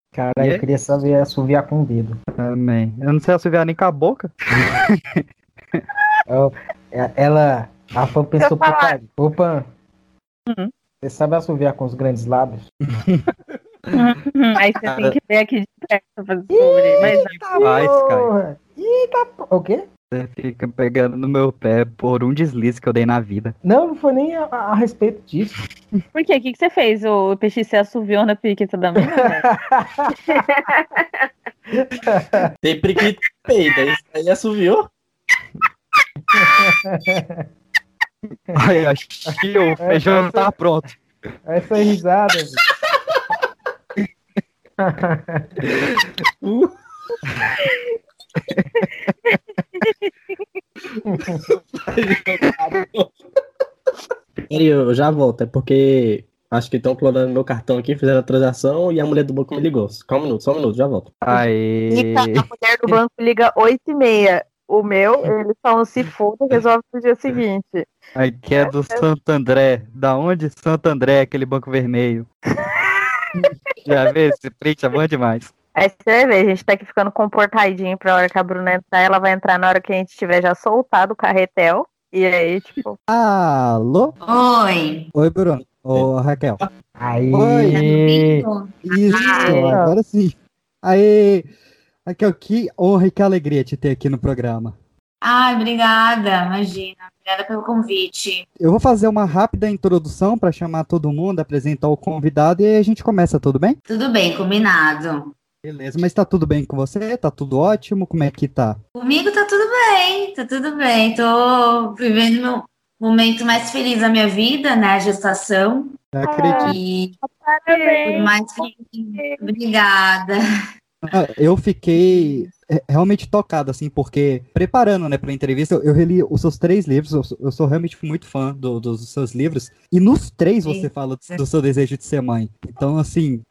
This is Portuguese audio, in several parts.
Cara, E eu aí? queria saber assoviar com o dedo. Também. Eu não sei assoviar nem com a boca. Eu- a Pan pensou, pô, cara, ô Pan, Uhum. você sabe assoviar com os grandes lábios? Aí você tem Cara, que ver aqui de perto pra descobrir. é Mas demais, Caio. Porra! Eita, o quê? Você fica pegando no meu pé por um deslize que eu dei na vida. Não, não foi nem a respeito disso. por quê? O que você fez? O PXC assoviou na periquita da mina, velho? Tem periquito peida, isso aí assoviou. Ai, acho que o feijão tá pronto. Essa risada, velho. Peraí, eu já volto, é porque acho que estão clonando meu cartão aqui, fizeram a transação e a mulher do banco me ligou. Só um minuto, já volto. Rita, Aí. a mulher do banco liga 8h30. O meu, eles falam se foda, resolve no dia seguinte. Aí que é do Santo André. Da onde? Santo André, aquele banco vermelho. Já vê? Esse print é bom demais. Aí você vai ver, a gente tá aqui ficando comportadinho pra hora que a Bruna entrar. Ela vai entrar na hora que a gente tiver já soltado o carretel. E aí, tipo. Alô? Oi. Oi, Bruno. Ô, Raquel. Aí. Isso, Ah, agora sim. Aí, Raquel, que honra e que alegria te ter aqui no programa. Ai, obrigada, imagina. Obrigada pelo convite. Eu vou fazer uma rápida introdução para chamar todo mundo, apresentar o convidado e aí a gente começa, tudo bem? Tudo bem, combinado. Beleza, mas tá tudo bem com você? Tá tudo ótimo? Como é que tá? Comigo tá tudo bem, tá tudo bem. Tô vivendo meu momento mais feliz da minha vida, né? A gestação. Eu acredito. E por parabéns. mais que. Obrigada. Eu fiquei realmente tocado, assim, porque preparando, né, pra entrevista, eu reli os seus 3 livros, eu sou realmente muito fã dos seus livros, e nos 3 você fala do seu desejo de ser mãe. Então, assim...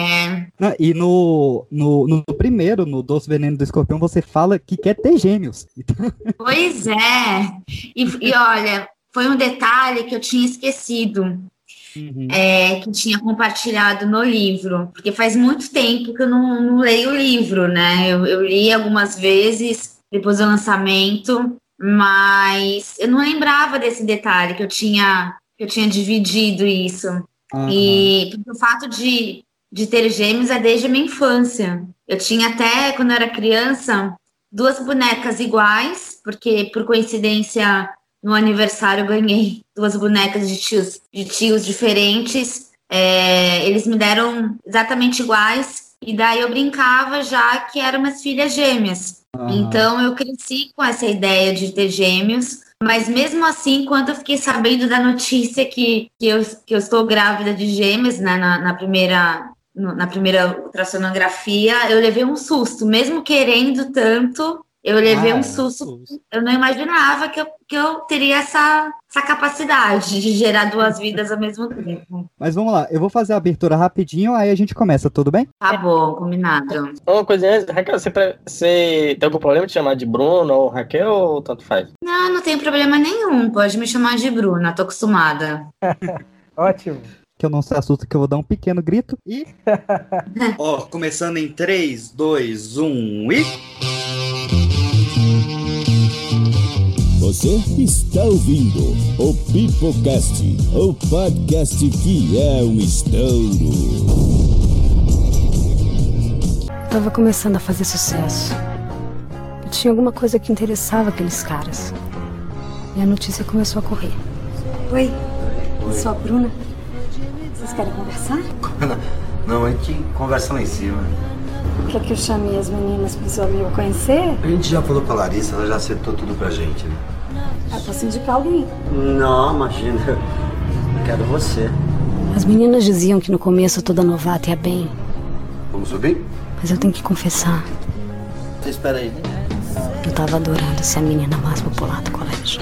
E no primeiro, no Doce Veneno do Escorpião, você fala que quer ter gêmeos. Pois é. E olha, foi um detalhe que eu tinha esquecido. Que tinha compartilhado no livro, porque faz muito tempo que eu não leio o livro, né? Eu li algumas vezes depois do lançamento, mas eu não lembrava desse detalhe que eu tinha dividido isso. E porque o fato de ter gêmeos é desde a minha infância. Eu tinha até, quando eu era criança, 2 bonecas iguais, porque por coincidência no aniversário eu ganhei 2 bonecas de tios diferentes. Eles me deram exatamente iguais. E daí eu brincava já que eram umas filhas gêmeas. Então eu cresci com essa ideia de ter gêmeos. Mas mesmo assim, quando eu fiquei sabendo da notícia que eu estou grávida de gêmeos, né, na primeira ultrassonografia, eu levei um susto. Mesmo querendo tanto, eu levei um susto. Eu não imaginava que eu teria essa capacidade de gerar 2 vidas ao mesmo tempo. Mas vamos lá, eu vou fazer a abertura rapidinho, aí a gente começa, tudo bem? Tá bom, combinado. Uma coisinha, Raquel, você tem algum problema de chamar de Bruno ou Raquel ou tanto faz? Não tem problema nenhum. Pode me chamar de Bruna, tô acostumada. Ótimo. Que eu não se assusta que eu vou dar um pequeno grito e... Começando em 3, 2, 1 e... Você está ouvindo o Pipocast, o podcast que é um estouro. Tava começando a fazer sucesso. Tinha alguma coisa que interessava aqueles caras. E a notícia começou a correr. Oi, eu sou a Bruna. Vocês querem conversar? Não, a gente conversa lá em cima. Quer que eu chame as meninas pro seu amigo conhecer? A gente já falou com a Larissa, ela já acertou tudo pra gente, né? Eu posso indicar alguém. Não, imagina. Eu quero você. As meninas diziam que no começo toda novata ia bem. Vamos subir? Mas eu tenho que confessar. Você espera aí. Eu tava adorando ser a menina mais popular do colégio.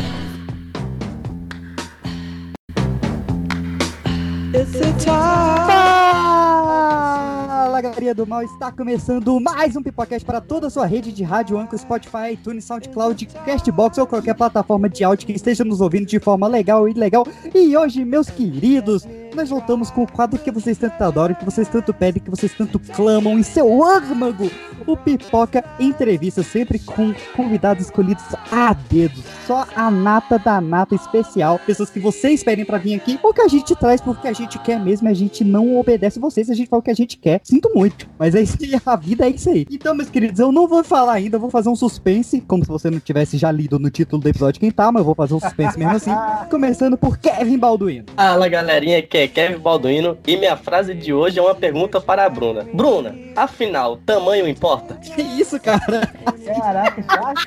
Fala, galerinha do mal, está começando mais um Pipocast para toda a sua rede de rádio, Anchor, Spotify, iTunes, SoundCloud, Castbox ou qualquer plataforma de áudio que esteja nos ouvindo de forma legal e ilegal. E hoje, meus queridos, nós voltamos com o quadro que vocês tanto adoram, que vocês tanto pedem, que vocês tanto clamam em seu âmago. O Pipoca Entrevista, sempre com convidados escolhidos a dedo. Só a nata da nata especial. Pessoas que vocês pedem pra vir aqui, ou que a gente traz porque a gente quer mesmo. A gente não obedece vocês, a gente fala o que a gente quer. Sinto muito, mas é isso aí, a vida é isso aí. Então, meus queridos, eu não vou falar ainda, eu vou fazer um suspense, como se você não tivesse já lido no título do episódio quem tá, mas eu vou fazer um suspense mesmo assim. Começando por Kevin Balduino. Fala, galerinha, que é Kevin Balduino, e minha frase de hoje é uma pergunta para a Bruna. Bruna, afinal, tamanho importa? Que isso, cara? Caraca,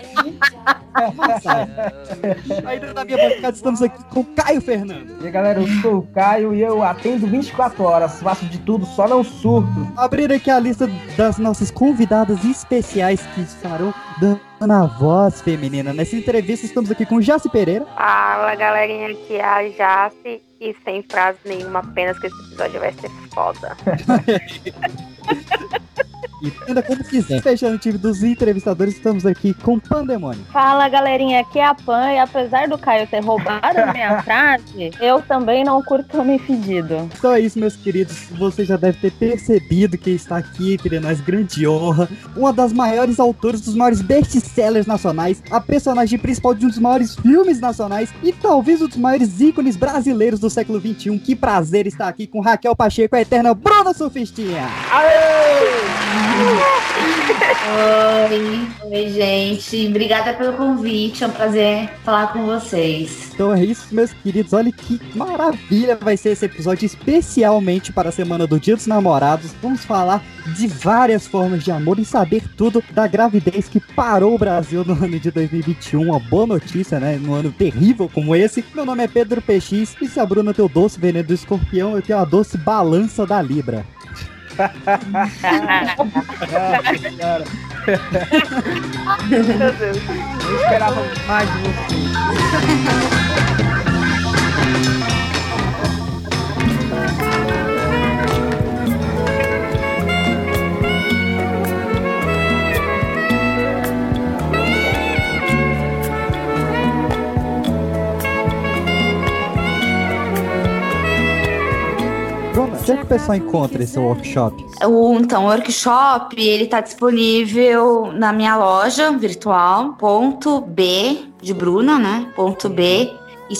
Ainda na minha bancada estamos aqui com Caio Fernando. E aí, galera, eu sou o Caio e eu atendo 24 horas, faço de tudo, só não surto. Abrir aqui a lista das nossas convidadas especiais que estarão dando a voz feminina. Nessa entrevista estamos aqui com Jaci Pereira. Fala, galerinha, aqui é a Jaci e sem frase nenhuma, apenas que esse episódio vai ser foda. E ainda como quiser. Fechando o time dos entrevistadores, estamos aqui com Pandemônio. Fala, galerinha, aqui é a Pan, e apesar do Caio ter roubado a minha frase, eu também não curto homem fedido. Então é isso, meus queridos. Você já deve ter percebido que está aqui entre nós, grande honra. Uma das maiores autoras dos maiores best-sellers nacionais, a personagem principal de um dos maiores filmes nacionais e talvez um dos maiores ícones brasileiros do século XXI. Que prazer estar aqui com Raquel Pacheco, a eterna Bruna Surfistinha. Oi, gente. Obrigada pelo convite. É um prazer falar com vocês. Então é isso, meus queridos. Olha que maravilha vai ser esse episódio, especialmente para a semana do Dia dos Namorados. Vamos falar de várias formas de amor e saber tudo da gravidez que parou o Brasil no ano de 2021. Uma boa notícia, né? Num ano terrível como esse. Meu nome é Pedro PX e se a Bruna tem o doce veneno do escorpião, eu tenho a doce balança da Libra. Meu Deus, eu esperava mais de você. Onde é que o pessoal encontra esse workshop? Então, o workshop, ele tá disponível na minha loja virtual, .b de Bruna, né? .b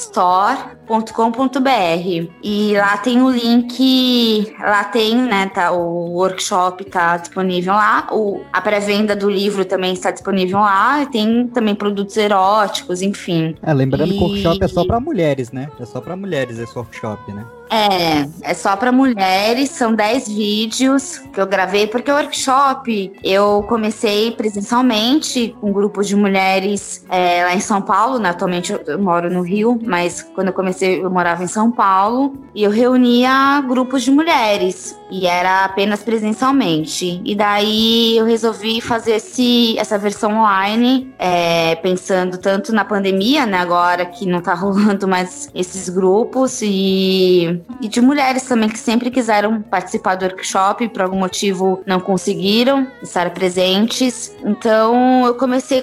store.com.br, e lá tem o link, lá tem, né, tá, o workshop tá disponível lá, a pré-venda do livro também está disponível lá, e tem também produtos eróticos, enfim. Lembrando que o workshop é só pra mulheres, né? É só pra mulheres esse workshop, né? É só pra mulheres, são 10 vídeos que eu gravei, porque o workshop eu comecei presencialmente com um grupo de mulheres lá em São Paulo, né? Atualmente eu moro no Rio, mas quando eu comecei eu morava em São Paulo, e eu reunia grupos de mulheres, e era apenas presencialmente. E daí eu resolvi fazer essa versão online, pensando tanto na pandemia, né? Agora que não tá rolando mais esses grupos, e de mulheres também que sempre quiseram participar do workshop e por algum motivo não conseguiram estar presentes. Então eu comecei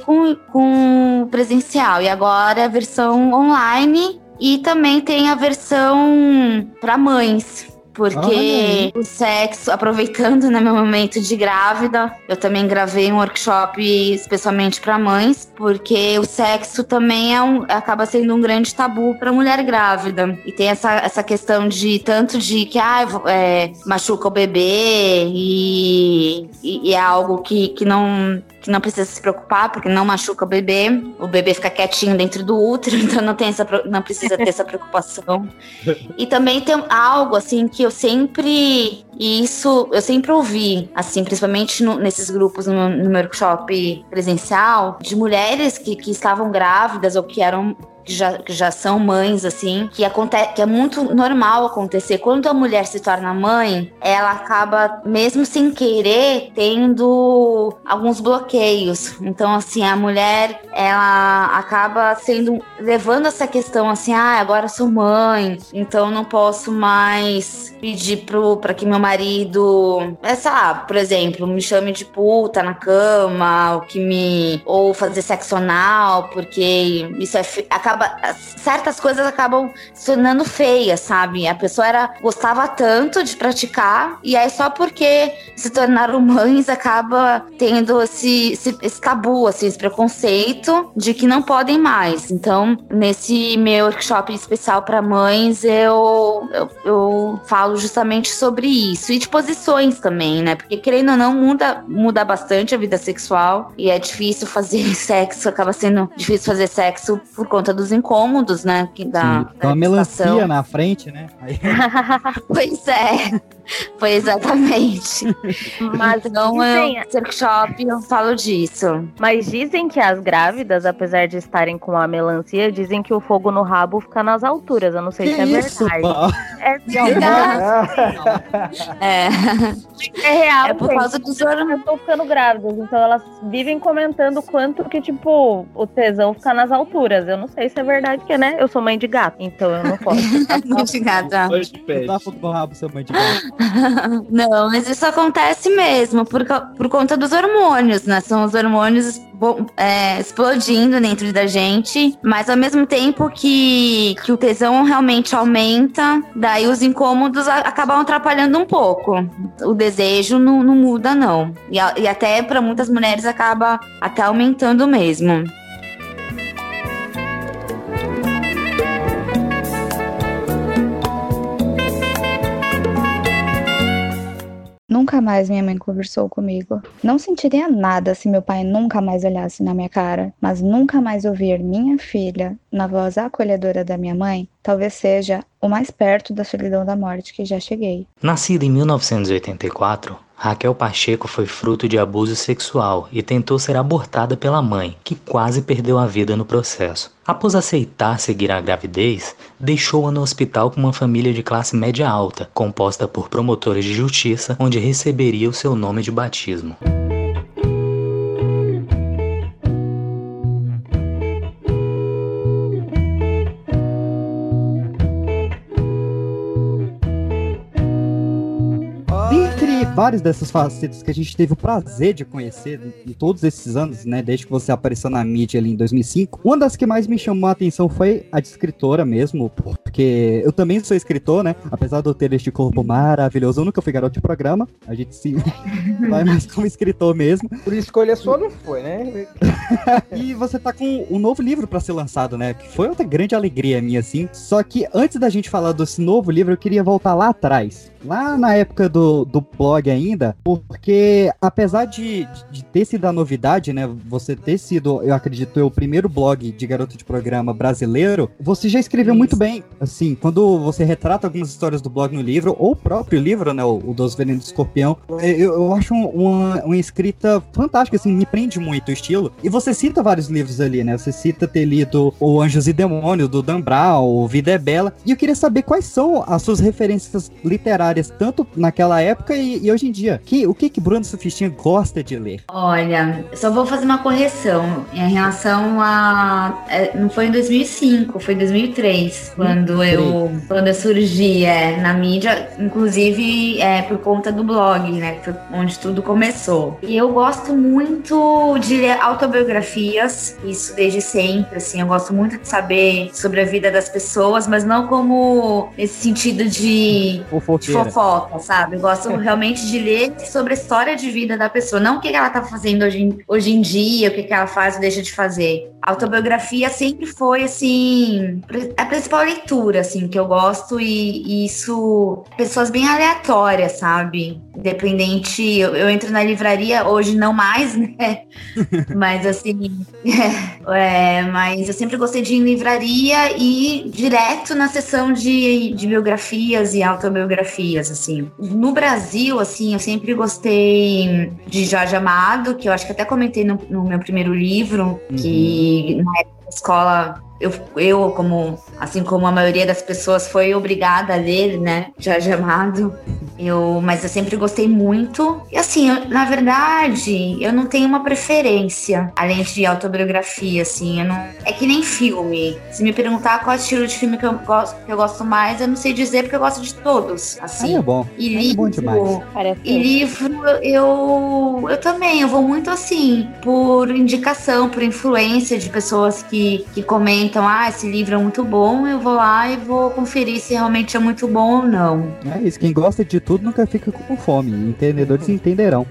com presencial e agora a versão online, e também tem a versão para mães. Porque o sexo, aproveitando, né, meu momento de grávida, eu também gravei um workshop especialmente para mães, porque o sexo também acaba sendo um grande tabu para mulher grávida. E tem essa questão de tanto de que machuca o bebê, e é algo que não precisa se preocupar, porque não machuca o bebê fica quietinho dentro do útero, então não precisa ter essa preocupação. E também tem algo assim que eu sempre ouvi, assim, principalmente nesses grupos no workshop presencial, de mulheres que estavam grávidas ou que já são mães, assim, que é muito normal acontecer. Quando a mulher se torna mãe, ela acaba, mesmo sem querer, tendo alguns bloqueios. Então, assim, a mulher, ela acaba levando essa questão, assim, agora eu sou mãe, então não posso mais pedir pra que meu marido, sei lá, por exemplo, me chame de puta na cama, ou fazer sexo anal, porque isso acaba certas coisas acabam se tornando feias, sabe? A pessoa gostava tanto de praticar, e aí só porque se tornaram mães acaba tendo esse tabu, assim, esse preconceito de que não podem mais. Então, nesse meu workshop especial para mães, eu falo justamente sobre isso. E de posições também, né? Porque querendo ou não, muda bastante a vida sexual, e é difícil fazer sexo, acaba sendo difícil fazer sexo por conta dos incômodos, né? Da uma melancia na frente, né? Aí... Pois é, foi exatamente. Mas então, no workshop eu falo disso. Mas dizem que as grávidas, apesar de estarem com a melancia, dizem que o fogo no rabo fica nas alturas. Eu não sei se é verdade. É verdade. É real. É por causa dos hormônios. Estão ficando grávidas, então elas vivem comentando quanto que, tipo, o tesão fica nas alturas. Eu não sei se é verdade, que, né? Eu sou mãe de gato, então eu não posso. Mãe de gata. Não dá fogo no rabo, seu mãe de gato. Não, mas isso acontece mesmo, por conta dos hormônios, né? São os hormônios explodindo dentro da gente, mas ao mesmo tempo que o tesão realmente aumenta, daí os incômodos acabam atrapalhando um pouco. O desejo não muda, não. E até para muitas mulheres acaba até aumentando mesmo. Nunca mais minha mãe conversou comigo. Não sentiria nada se meu pai nunca mais olhasse na minha cara, mas nunca mais ouvir minha filha na voz acolhedora da minha mãe, talvez seja o mais perto da solidão da morte que já cheguei. Nascida em 1984, Raquel Pacheco foi fruto de abuso sexual e tentou ser abortada pela mãe, que quase perdeu a vida no processo. Após aceitar seguir a gravidez, deixou-a no hospital com uma família de classe média alta, composta por promotores de justiça, onde receberia o seu nome de batismo. Várias dessas facetas que a gente teve o prazer de conhecer em todos esses anos, né, desde que você apareceu na mídia ali em 2005, uma das que mais me chamou a atenção foi a de escritora mesmo, porque eu também sou escritor, né, apesar de eu ter este corpo maravilhoso, eu nunca fui garoto de programa, a gente se vai mais como escritor mesmo. Por escolha sua não foi, né? E você tá com um novo livro pra ser lançado, né, que foi outra grande alegria minha, assim, só que antes da gente falar desse novo livro, eu queria voltar lá atrás, lá na época do blog ainda, porque apesar de ter sido a novidade, né, você ter sido, eu acredito, o primeiro blog de garoto de programa brasileiro, você já escreveu muito bem, assim, quando você retrata algumas histórias do blog no livro, ou o próprio livro, né, o Dos Venenos do Escorpião, eu acho uma escrita fantástica, assim, me prende muito o estilo, e você cita vários livros ali, né, você cita ter lido o Anjos e Demônios, do Dan Brown, o Vida é Bela, e eu queria saber quais são as suas referências literárias, tanto naquela época e hoje em dia. O que Bruna Surfistinha gosta de ler? Olha, só vou fazer uma correção em relação a... não foi em 2005, foi em 2003, quando eu surgi na mídia, inclusive por conta do blog, né, foi onde tudo começou. E eu gosto muito de ler autobiografias, isso desde sempre, assim, eu gosto muito de saber sobre a vida das pessoas, mas não como nesse sentido de fofoca, sabe? Eu gosto realmente de ler sobre a história de vida da pessoa, não o que ela tá fazendo hoje em dia, o que ela faz ou deixa de fazer. A autobiografia sempre foi, assim, a principal leitura, assim, que eu gosto, e isso, pessoas bem aleatórias, sabe? Independente, eu entro na livraria, hoje não mais, né? Mas, assim, mas eu sempre gostei de ir em livraria e direto na seção de biografias e autobiografias, assim. No Brasil, assim, eu sempre gostei de Jorge Amado, que eu acho que até comentei no meu primeiro livro, que na época da escola eu como, assim como a maioria das pessoas, foi obrigada a ler, né, Jorge Amado. Mas eu sempre gostei muito. E assim, na verdade, eu não tenho uma preferência, além de autobiografia, assim, é que nem filme. Se me perguntar qual estilo de filme que eu gosto mais, eu não sei dizer, porque eu gosto de todos, assim. É bom. E livro, é bom demais. E livro, eu também, eu vou muito assim, por indicação, por influência de pessoas que comentam, esse livro é muito bom, eu vou lá e vou conferir se realmente é muito bom ou não. É isso, quem gosta de tudo nunca fica com fome. Entendedores entenderão.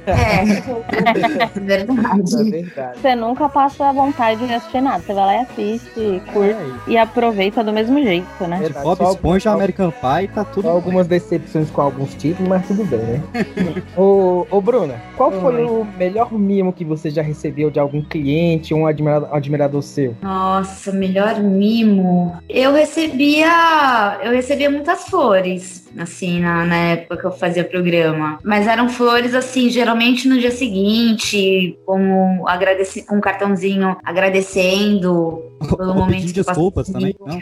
Verdade. Você nunca passa a vontade de assistir nada. Você vai lá e assiste, curte e aproveita do mesmo jeito, né? Bob Esponja, American Pie, tá tudo. Algumas decepções com alguns títulos, mas tudo bem, né? Ô, Bruna, qual foi o melhor mimo que você já recebeu de algum cliente ou um admirador seu? Nossa, melhor mimo. Eu recebia muitas flores, assim, na época que eu fazia programa. Mas eram flores, assim, geralmente no dia seguinte, como com um cartãozinho agradecendo pelo momento que desculpas também, não?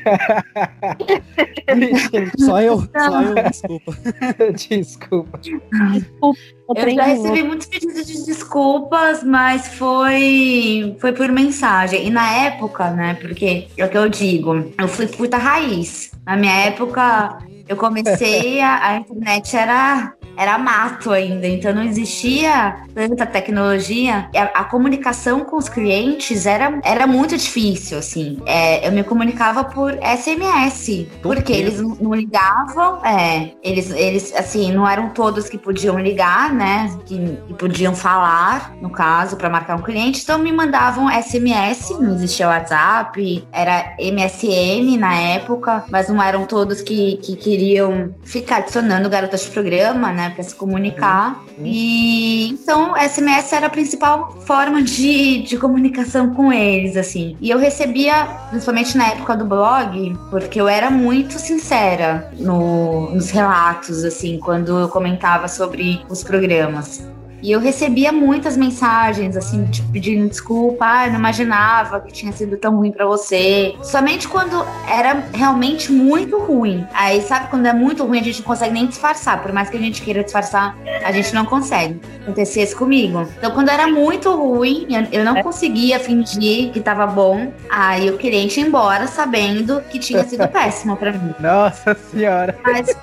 Só eu, desculpa. Desculpa. Eu já recebi muitos pedidos de desculpas, mas foi por mensagem. E na época, né, porque é o que eu digo, eu fui puta raiz. Na minha época, eu comecei, a internet era mato ainda, então não existia tanta tecnologia. A comunicação com os clientes era muito difícil, assim. Eu me comunicava por SMS, porque eles não ligavam, eles assim, não eram todos que podiam ligar, né, que podiam falar, no caso, para marcar um cliente, então me mandavam SMS, não existia WhatsApp, era MSN na época, mas não eram todos que queriam ficar adicionando garotas de programa, né, para se comunicar. E então SMS era a principal forma de comunicação com eles, assim. E eu recebia, principalmente na época do blog, porque eu era muito sincera nos relatos, assim, quando eu comentava sobre os programas. E eu recebia muitas mensagens, assim, tipo, pedindo desculpa, não imaginava que tinha sido tão ruim pra você. Somente quando era realmente muito ruim. Aí, sabe, quando é muito ruim, a gente não consegue nem disfarçar. Por mais que a gente queira disfarçar, a gente não consegue. Acontecia isso comigo. Então, quando era muito ruim, eu não conseguia fingir que tava bom. Aí o cliente ia embora sabendo que tinha sido péssimo pra mim. Nossa senhora!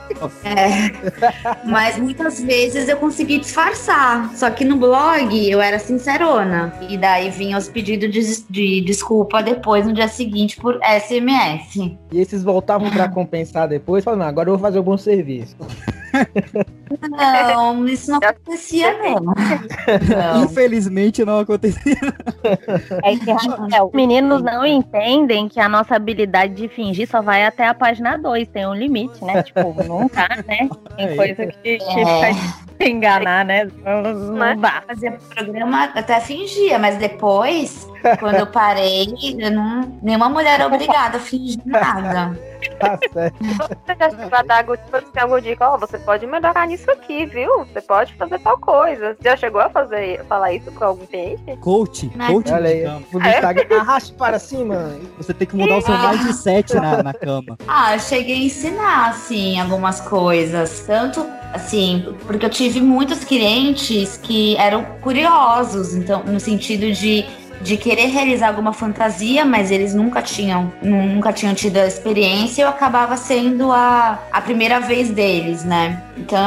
Mas muitas vezes eu consegui disfarçar. Só que no blog eu era sincerona. E daí vinham os pedidos de desculpa depois, no dia seguinte, por SMS. E esses voltavam pra compensar depois? Falaram, não, agora eu vou fazer um bom serviço. Não, isso não acontecia, não. Infelizmente não acontecia. É que, Raquel, meninos não entendem que a nossa habilidade de fingir só vai até a página 2, tem um limite, né? Tipo, não tá, né? Tem coisa que faz enganar, né? Não dá. Fazia programa, até fingia, mas depois, quando eu parei, nenhuma mulher é obrigada a fingir nada. Tá certo. Você já chegou a dar alguma dica? Você pode melhorar nisso aqui, viu? Você pode fazer tal coisa. Já chegou a falar isso com algum cliente? Coach. Olha aí, no Instagram, arraste para cima. Você tem que mudar o seu mindset na cama. Eu cheguei a ensinar, assim, algumas coisas. Tanto, assim, porque eu tive muitos clientes que eram curiosos, então, no sentido de querer realizar alguma fantasia, mas eles nunca tinham tido a experiência, eu acabava sendo a primeira vez deles, né? Então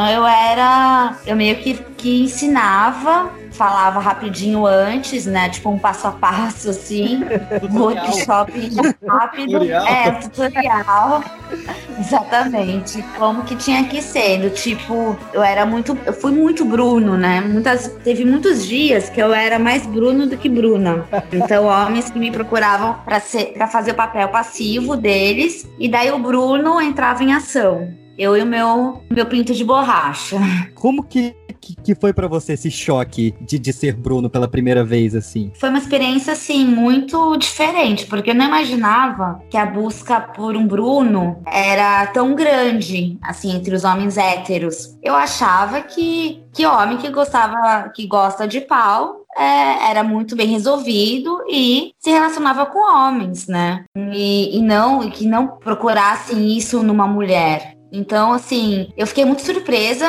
eu meio que ensinava, falava rapidinho antes, né? Tipo um passo a passo, assim, um workshop rápido. Tutorial. Exatamente. Como que tinha que ser. Tipo, eu fui muito Bruno, né? Teve muitos dias que eu era mais Bruno do que Bruna. Então, homens que me procuravam pra fazer o papel passivo deles, e daí o Bruno entrava em ação. Eu e o meu pinto de borracha. Como que foi pra você esse choque de ser Bruno pela primeira vez, assim? Foi uma experiência, assim, muito diferente, porque eu não imaginava que a busca por um Bruno era tão grande, assim, entre os homens héteros. Eu achava que homem que gosta de pau era muito bem resolvido e se relacionava com homens, né? E que não procurassem isso numa mulher. Então, assim, eu fiquei muito surpresa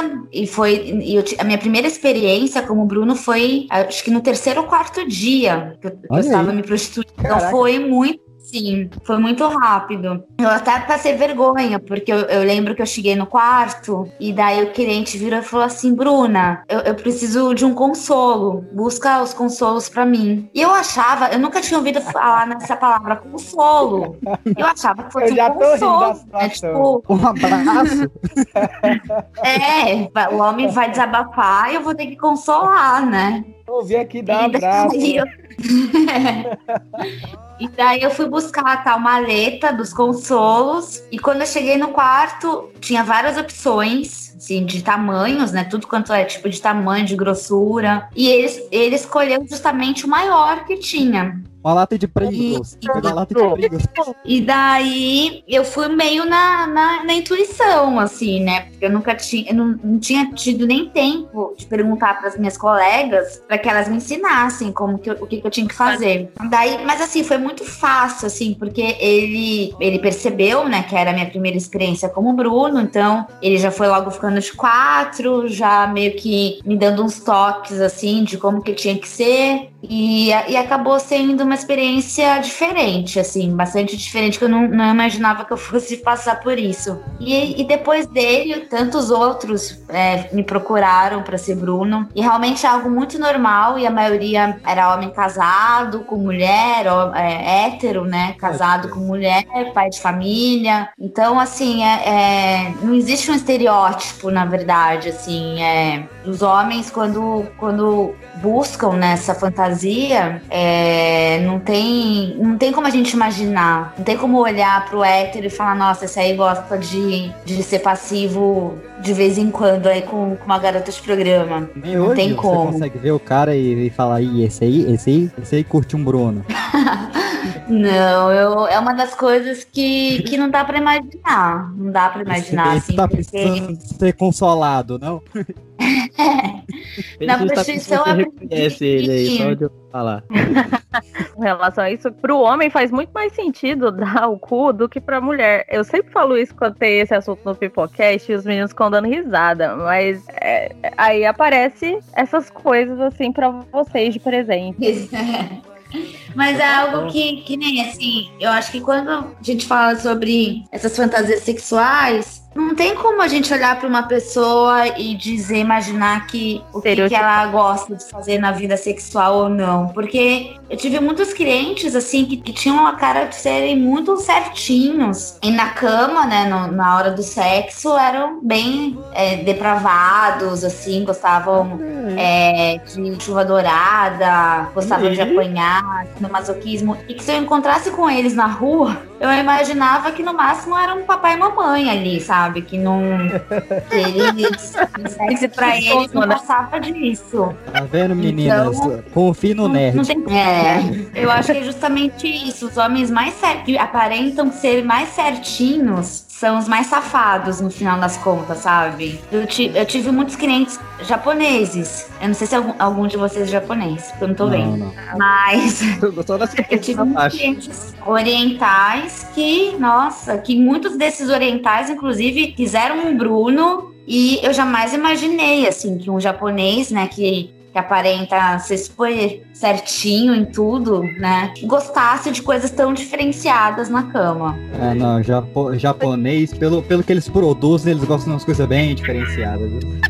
a minha primeira experiência como Bruno foi, acho que no 3º ou 4º dia que eu estava me prostituindo. Então, foi muito Sim, foi muito rápido. Eu até passei vergonha, porque eu lembro que eu cheguei no quarto e daí o cliente virou e falou assim, Bruna, eu preciso de um consolo, busca os consolos pra mim. E eu nunca tinha ouvido falar nessa palavra, consolo. Eu achava que fosse um consolo, né? Tipo, um abraço. O homem vai desabafar e eu vou ter que consolar, né? Eu vim aqui dar um abraço. E daí eu fui buscar a tal maleta dos consolos. E quando eu cheguei no quarto, tinha várias opções, assim, de tamanhos, né? Tudo quanto é tipo de tamanho, de grossura. E ele escolheu justamente o maior que tinha. Uma lata de Pringles. E daí eu fui meio na intuição, assim, né? Porque eu não tinha tido nem tempo de perguntar para as minhas colegas para que elas me ensinassem o que eu tinha que fazer. Daí, mas assim, foi muito fácil, assim, porque ele percebeu, né, que era a minha primeira experiência como Bruno, então ele já foi logo ficando de 4, já meio que me dando uns toques, assim, de como que tinha que ser. E acabou sendo uma experiência diferente, assim, bastante diferente, que eu não imaginava que eu fosse passar por isso. E depois dele, tantos outros me procuraram para ser Bruno, e realmente é algo muito normal, e a maioria era homem casado com mulher, hétero, né, casado com mulher, pai de família. Então, assim, não existe um estereótipo, na verdade, assim, os homens, quando buscam nessa fantasia, não tem como a gente imaginar, não tem como olhar pro hétero e falar, nossa, esse aí gosta de ser passivo de vez em quando aí com uma garota de programa. Nem não hoje tem como. Você consegue ver o cara e falar, esse aí curte um Bruno. Não, é uma das coisas que não dá pra imaginar. Não dá pra imaginar, esse assim. tá precisando ser consolado, não? Na prostituição é reconhece ele aí, só de eu falar. Com relação a isso, pro homem faz muito mais sentido dar o cu do que pra mulher. Eu sempre falo isso quando tem esse assunto no Pipocast e os meninos ficam dando risada, mas aí aparece essas coisas assim pra vocês de presente. Mas é algo que nem assim, eu acho que quando a gente fala sobre essas fantasias sexuais, não tem como a gente olhar para uma pessoa e imaginar que ela gosta de fazer na vida sexual ou não. Porque eu tive muitos clientes, assim, que tinham a cara de serem muito certinhos. E na cama, né, na hora do sexo, eram bem depravados, assim, gostavam de chuva dourada, gostavam de apanhar, do masoquismo. E que se eu encontrasse com eles na rua, eu imaginava que no máximo era um papai e mamãe ali, sabe? Que não. Sexo pra eles não passava disso. Tá vendo, meninas? Então, confie no nerd. Eu acho que é justamente isso. Os homens que aparentam ser mais certinhos são os mais safados no final das contas, sabe? Eu tive muitos clientes japoneses. Eu não sei se algum de vocês é japonês, porque eu não tô vendo. Não. Mas eu tive muitos clientes orientais que muitos desses orientais, inclusive, fizeram um Bruno, e eu jamais imaginei, assim, que um japonês, né, que aparenta ser super certinho em tudo, né, gostasse de coisas tão diferenciadas na cama. Não, japonês, pelo que eles produzem, eles gostam de umas coisas bem diferenciadas.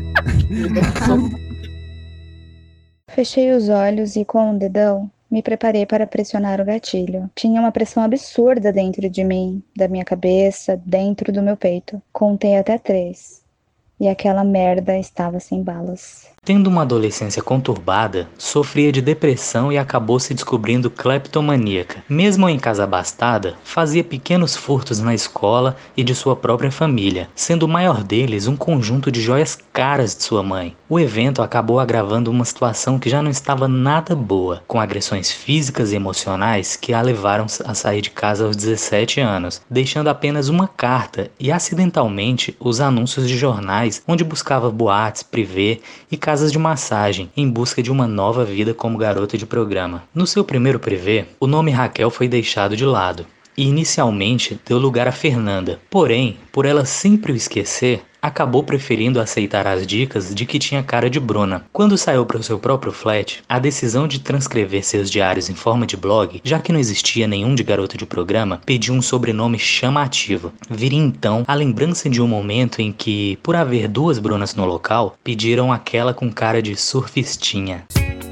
Fechei os olhos e com um dedão me preparei para pressionar o gatilho. Tinha uma pressão absurda dentro de mim, da minha cabeça, dentro do meu peito. Contei até 3. E aquela merda estava sem balas. Tendo uma adolescência conturbada, sofria de depressão e acabou se descobrindo cleptomaníaca. Mesmo em casa abastada, fazia pequenos furtos na escola e de sua própria família, sendo o maior deles um conjunto de joias caras de sua mãe. O evento acabou agravando uma situação que já não estava nada boa, com agressões físicas e emocionais que a levaram a sair de casa aos 17 anos, deixando apenas uma carta e acidentalmente os anúncios de jornais onde buscava boates, privê e casas de massagem, em busca de uma nova vida como garota de programa. No seu primeiro privê, o nome Raquel foi deixado de lado, e inicialmente deu lugar a Fernanda. Porém, por ela sempre o esquecer, acabou preferindo aceitar as dicas de que tinha cara de Bruna. Quando saiu para o seu próprio flat, a decisão de transcrever seus diários em forma de blog, já que não existia nenhum de garota de programa, pediu um sobrenome chamativo. Viria então a lembrança de um momento em que, por haver 2 Brunas no local, pediram aquela com cara de surfistinha.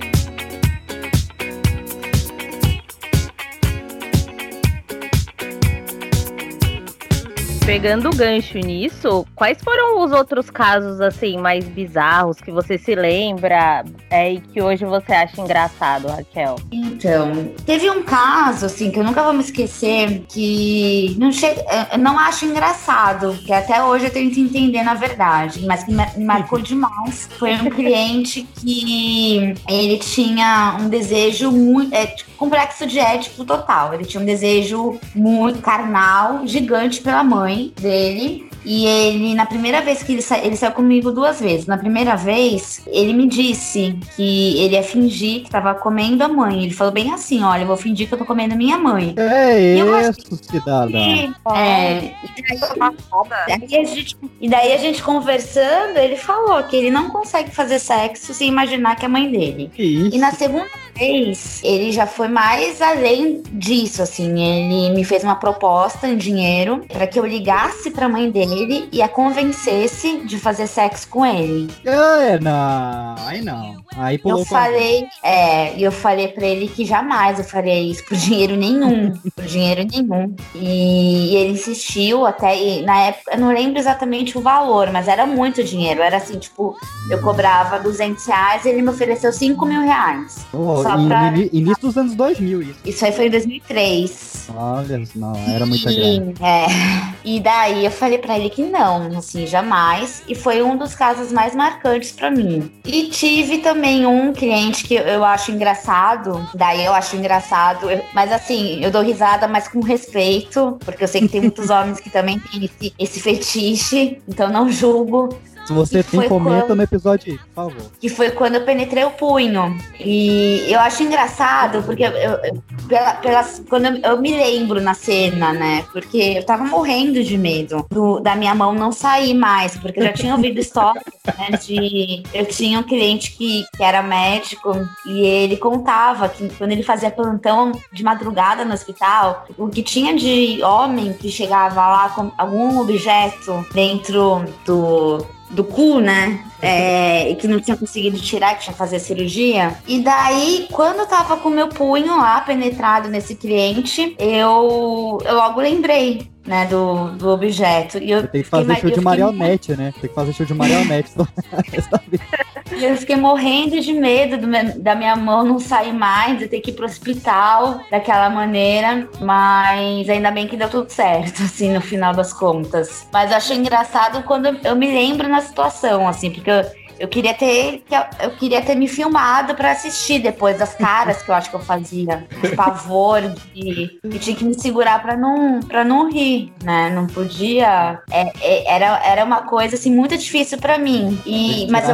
Pegando o gancho nisso, quais foram os outros casos, assim, mais bizarros que você se lembra e que hoje você acha engraçado, Raquel? Então, teve um caso, assim, que eu nunca vou me esquecer, que eu não acho engraçado, que até hoje eu tento entender, na verdade, mas que me marcou demais. Foi um cliente que ele tinha um desejo muito... complexo de édipo total. Ele tinha um desejo muito carnal, gigante pela mãe dele. E ele, na primeira vez que ele saiu comigo 2 vezes. Na primeira vez, ele me disse que ele ia fingir que tava comendo a mãe. Ele falou bem assim, olha, eu vou fingir que eu tô comendo minha mãe. Isso, cidadão. E daí a gente conversando, ele falou que ele não consegue fazer sexo sem imaginar que é a mãe dele. E na segunda vez, ele já foi mais além disso, assim. Ele me fez uma proposta em dinheiro para que eu ligasse pra mãe dele e a convencesse de fazer sexo com ele. Não. Aí pulou. Eu falei pra ele que jamais eu faria isso por dinheiro nenhum. E ele insistiu até, e na época, eu não lembro exatamente o valor, mas era muito dinheiro. Era assim, tipo, eu cobrava R$200 e ele me ofereceu R$5.000. Início dos anos 2000, isso aí foi em 2003. Olha, não, era muita grana. E daí eu falei pra ele que não, assim, jamais. E foi um dos casos mais marcantes pra mim. E tive também um cliente que eu acho engraçado. Mas assim, eu dou risada, mas com respeito, porque eu sei que tem muitos homens que também têm esse fetiche, então não julgo. Se você tem, comenta no episódio aí, por favor. Que foi quando eu penetrei o punho. E eu acho engraçado, porque quando eu me lembro na cena, né? Porque eu tava morrendo de medo da minha mão não sair mais, porque eu já tinha ouvido histórias, né? Eu tinha um cliente que era médico e ele contava que quando ele fazia plantão de madrugada no hospital, o que tinha de homem que chegava lá com algum objeto dentro do cu, né? E que não tinha conseguido tirar, que tinha que fazer cirurgia. E daí, quando eu tava com o meu punho lá penetrado nesse cliente, eu logo lembrei, né, do objeto. E tem que fazer show de marionete, né? Tem que fazer show de marionete. Eu fiquei morrendo de medo da minha mão não sair mais, de ter que ir pro hospital daquela maneira, mas ainda bem que deu tudo certo, assim, no final das contas. Mas eu achei engraçado quando eu me lembro na situação, assim, porque eu queria ter me filmado pra assistir depois das caras que eu acho que eu fazia, de pavor, e tinha que me segurar pra não rir, né? Não podia. Era uma coisa assim muito difícil pra mim. Mas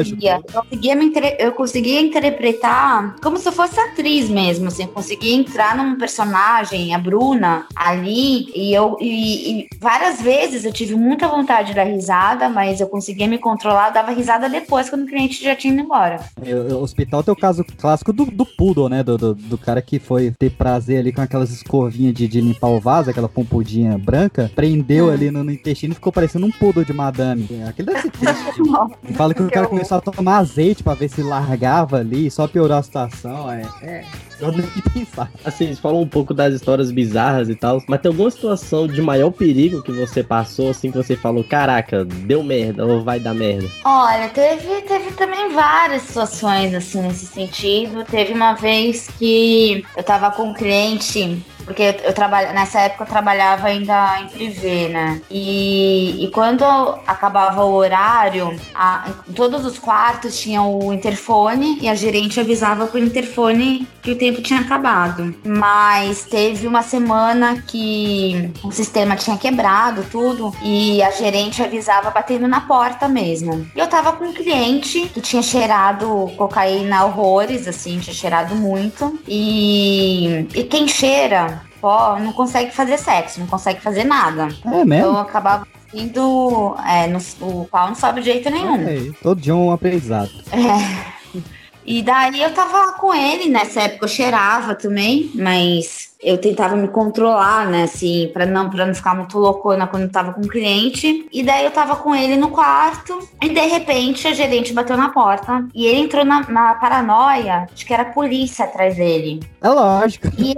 eu conseguia interpretar como se eu fosse atriz mesmo, assim. Eu conseguia entrar num personagem, a Bruna, ali, e várias vezes eu tive muita vontade de dar risada, mas eu conseguia me controlar, dava risada depois, quando o cliente já tinha ido embora. O hospital tem o caso clássico do poodle, né? Do cara que foi ter prazer ali com aquelas escovinhas de limpar o vaso, aquela pompudinha branca, prendeu ali no intestino e ficou parecendo um poodle de madame. Aquilo deve ser triste. Fala que o cara começou a tomar azeite pra ver se largava ali, só piorou a situação. Eu nem pensar. Assim, você falou um pouco das histórias bizarras e tal, mas tem alguma situação de maior perigo que você passou, assim, que você falou, caraca, deu merda ou vai dar merda? Olha, teve também várias situações, assim, nesse sentido. Teve uma vez que eu tava com um cliente, porque nessa época eu trabalhava ainda em privê, né? E quando acabava o horário, em todos os quartos tinha o interfone e a gerente avisava por interfone que o tempo tinha acabado. Mas teve uma semana que o sistema tinha quebrado tudo e a gerente avisava batendo na porta mesmo. E eu tava com um cliente que tinha cheirado cocaína horrores, assim, tinha cheirado muito. E quem cheira não consegue fazer sexo, não consegue fazer nada. É mesmo? Então eu acabava o pau não sobe de jeito nenhum. Todo dia um aprendizado. E daí eu tava com ele, nessa época eu cheirava também, mas eu tentava me controlar, né, assim, pra não ficar muito loucona quando eu tava com o cliente. E daí eu tava com ele no quarto e de repente a gerente bateu na porta e ele entrou na paranoia de que era a polícia atrás dele. É lógico. E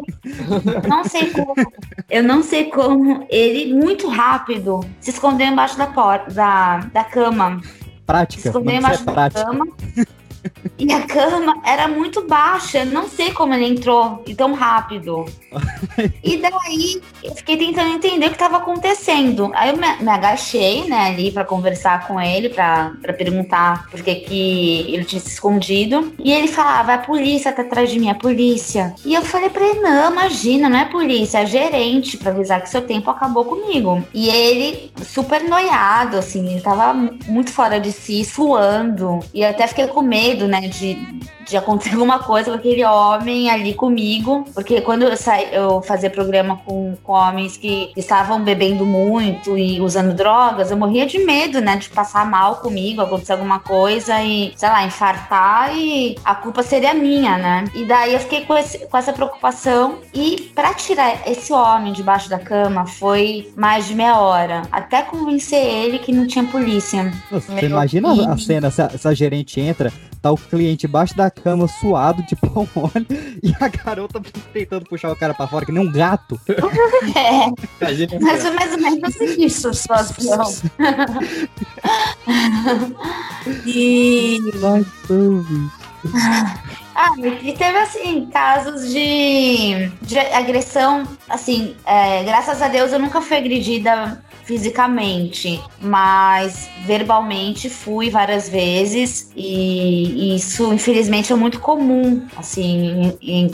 eu não sei como ele, muito rápido, se escondeu embaixo da porta, da cama. Prática. Se escondeu embaixo da cama. E a cama era muito baixa, eu não sei como ele entrou tão rápido. E daí eu fiquei tentando entender o que estava acontecendo. Aí eu me agachei, né, ali pra conversar com ele, pra perguntar por que ele tinha se escondido. E ele falava, a polícia tá atrás de mim, a polícia. E eu falei pra ele, não, imagina, não é polícia, é gerente, pra avisar que seu tempo acabou comigo. E ele, super noiado, assim, ele tava muito fora de si, suando. E eu até fiquei com medo, né, de acontecer alguma coisa com aquele homem ali comigo, porque quando eu fazia programa com homens que estavam bebendo muito e usando drogas, eu morria de medo, né, de passar mal comigo, acontecer alguma coisa e, sei lá, infartar e a culpa seria minha, né, e daí eu fiquei com essa preocupação e pra tirar esse homem debaixo da cama foi mais de meia hora, até convencer ele que não tinha polícia. Você imagina a cena, essa gerente entra, tá o cliente embaixo da cama, suado, de pau mole, e a garota tentando puxar o cara pra fora, que nem um gato. Mas mais ou menos isso, a situação. E teve, assim, casos de agressão, assim, graças a Deus eu nunca fui agredida fisicamente, mas verbalmente fui várias vezes e isso infelizmente é muito comum, assim,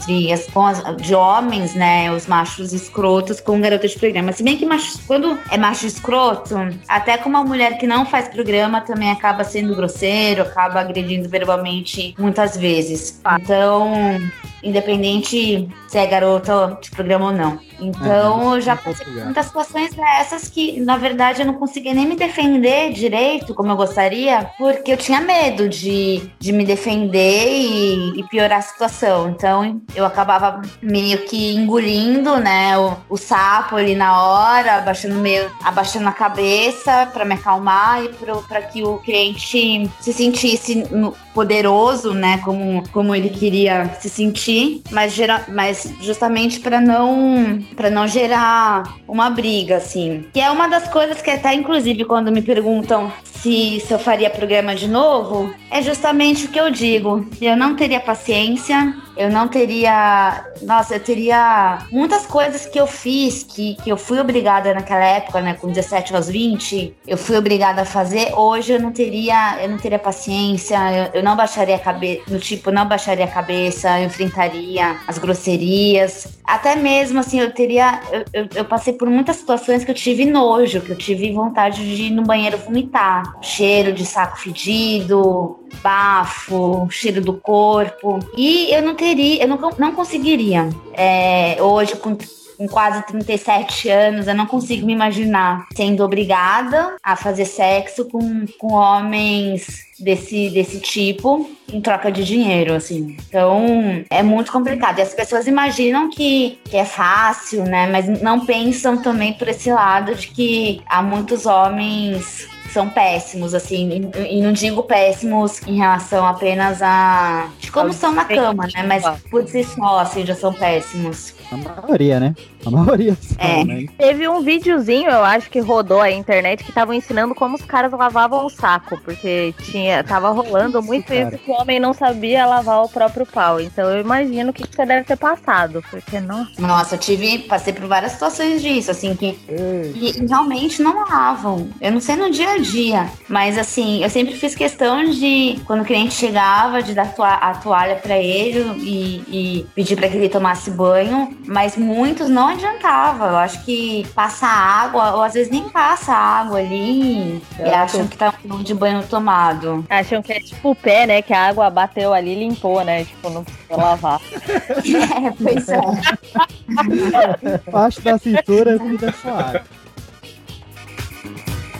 de homens, né, os machos escrotos com garotas de programa, se bem que quando é macho escroto, até com uma mulher que não faz programa também acaba sendo grosseiro, acaba agredindo verbalmente muitas vezes, então independente se é garota de programa ou não. Então, eu já passei por muitas situações dessas que, na verdade, eu não conseguia nem me defender direito, como eu gostaria, porque eu tinha medo de me defender e piorar a situação. Então, eu acabava meio que engolindo, né, o sapo ali na hora, abaixando a cabeça para me acalmar e para que o cliente se sentisse poderoso, né, como ele queria se sentir, mas justamente para não gerar uma briga, assim. Que é uma das coisas que até, inclusive, quando me perguntam se eu faria programa de novo, é justamente o que eu digo. Eu não teria paciência, eu não teria... Nossa, eu teria muitas coisas que eu fiz, que eu fui obrigada naquela época, né, com 17 aos 20, eu fui obrigada a fazer. Hoje eu não teria paciência, eu não baixaria a cabeça, não baixaria a cabeça, eu enfrentaria as grosserias. Até mesmo, assim, eu passei por muitas situações que eu tive nojo, que eu tive vontade de ir no banheiro vomitar. Cheiro de saco fedido, bafo, cheiro do corpo. E eu não conseguiria. Hoje, com quase 37 anos, eu não consigo me imaginar sendo obrigada a fazer sexo com homens desse tipo em troca de dinheiro, assim. Então, é muito complicado. E as pessoas imaginam que é fácil, né? Mas não pensam também por esse lado de que há muitos homens são péssimos, assim, e não digo péssimos em relação apenas de como são na cama, né? Mas por si só, assim, já são péssimos. A maioria, né? A maioria. Né? Teve um videozinho, eu acho que rodou a internet, que estavam ensinando como os caras lavavam o saco, porque tava rolando muito isso que o homem não sabia lavar o próprio pau. Então eu imagino que você deve ter passado, porque não. Nossa, passei por várias situações disso, assim, que realmente não lavam. Eu não sei no dia a dia, mas assim, eu sempre fiz questão de, quando o cliente chegava, de dar a toalha pra ele e pedir pra que ele tomasse banho, mas muitos não adiantava. Eu acho que passa água, ou às vezes nem passa água ali e acham que tá de banho tomado. Acham que é tipo o pé, né? Que a água bateu ali e limpou, né? Tipo, não precisa lavar. Pois é. Parte da cintura tudo é suave.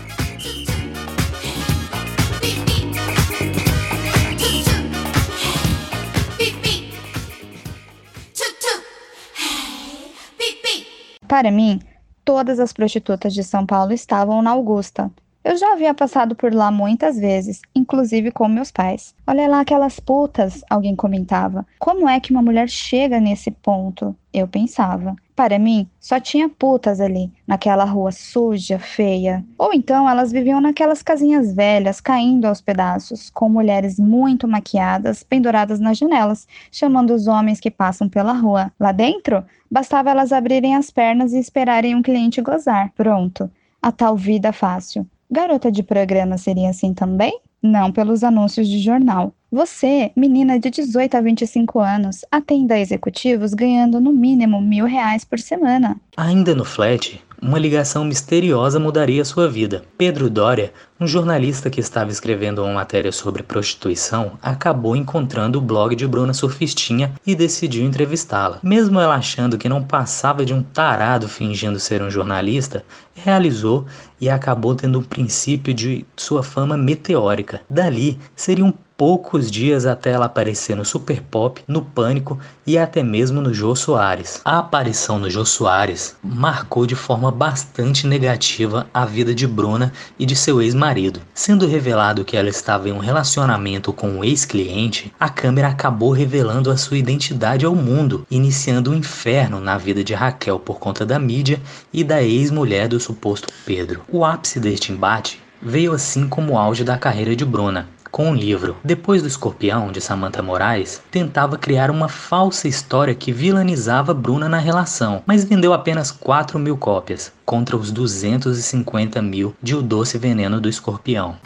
Para mim, todas as prostitutas de São Paulo estavam na Augusta. Eu já havia passado por lá muitas vezes, inclusive com meus pais. Olha lá aquelas putas, alguém comentava. Como é que uma mulher chega nesse ponto? Eu pensava. Para mim, só tinha putas ali, naquela rua suja, feia. Ou então elas viviam naquelas casinhas velhas, caindo aos pedaços, com mulheres muito maquiadas, penduradas nas janelas, chamando os homens que passam pela rua. Lá dentro, bastava elas abrirem as pernas e esperarem um cliente gozar. Pronto, a tal vida fácil. Garota de programa seria assim também? Não pelos anúncios de jornal. Você, menina de 18 a 25 anos, atenda executivos ganhando no mínimo R$1.000 por semana. Ainda no flat, uma ligação misteriosa mudaria sua vida. Pedro Doria, um jornalista que estava escrevendo uma matéria sobre prostituição, acabou encontrando o blog de Bruna Surfistinha e decidiu entrevistá-la. Mesmo ela achando que não passava de um tarado fingindo ser um jornalista, realizou e acabou tendo um princípio de sua fama meteórica. Dali, seriam poucos dias até ela aparecer no Super Pop, no Pânico e até mesmo no Jô Soares. A aparição no Jô Soares marcou de forma bastante negativa a vida de Bruna e de seu ex-marido. Sendo revelado que ela estava em um relacionamento com um ex-cliente, a câmera acabou revelando a sua identidade ao mundo, iniciando um inferno na vida de Raquel por conta da mídia e da ex-mulher do suposto Pedro. O ápice deste embate veio assim como o auge da carreira de Bruna. Com o livro Depois do Escorpião, de Samantha Moraes, tentava criar uma falsa história que vilanizava Bruna na relação, mas vendeu apenas 4.000 cópias, contra os 250.000 de O Doce Veneno do Escorpião.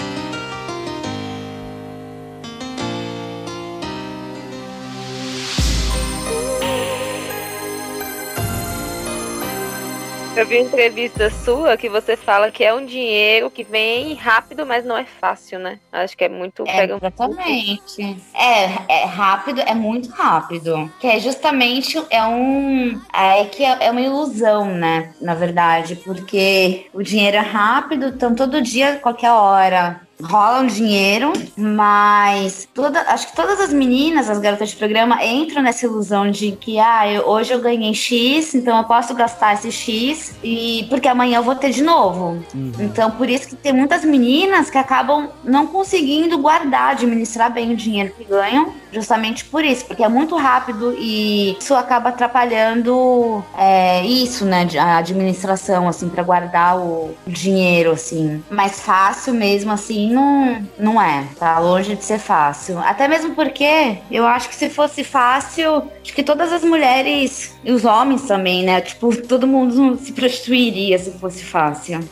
Eu vi uma entrevista sua que você fala que é um dinheiro que vem rápido, mas não é fácil, né? Acho que é muito... Exatamente. É rápido, é muito rápido. Que é justamente, é uma ilusão, né? Na verdade, porque o dinheiro é rápido, então todo dia, qualquer hora... rola um dinheiro, mas acho que todas as meninas, as garotas de programa, entram nessa ilusão de que hoje eu ganhei X, então eu posso gastar esse X, e porque amanhã eu vou ter de novo. Então por isso que tem muitas meninas que acabam não conseguindo guardar, administrar bem o dinheiro que ganham, justamente por isso, porque é muito rápido e isso acaba atrapalhando isso, né, a administração, assim, pra guardar o dinheiro, assim. Mais fácil mesmo, assim, não é, tá longe de ser fácil. Até mesmo porque eu acho que se fosse fácil, acho que todas as mulheres e os homens também, né? Tipo, todo mundo se prostituiria se fosse fácil.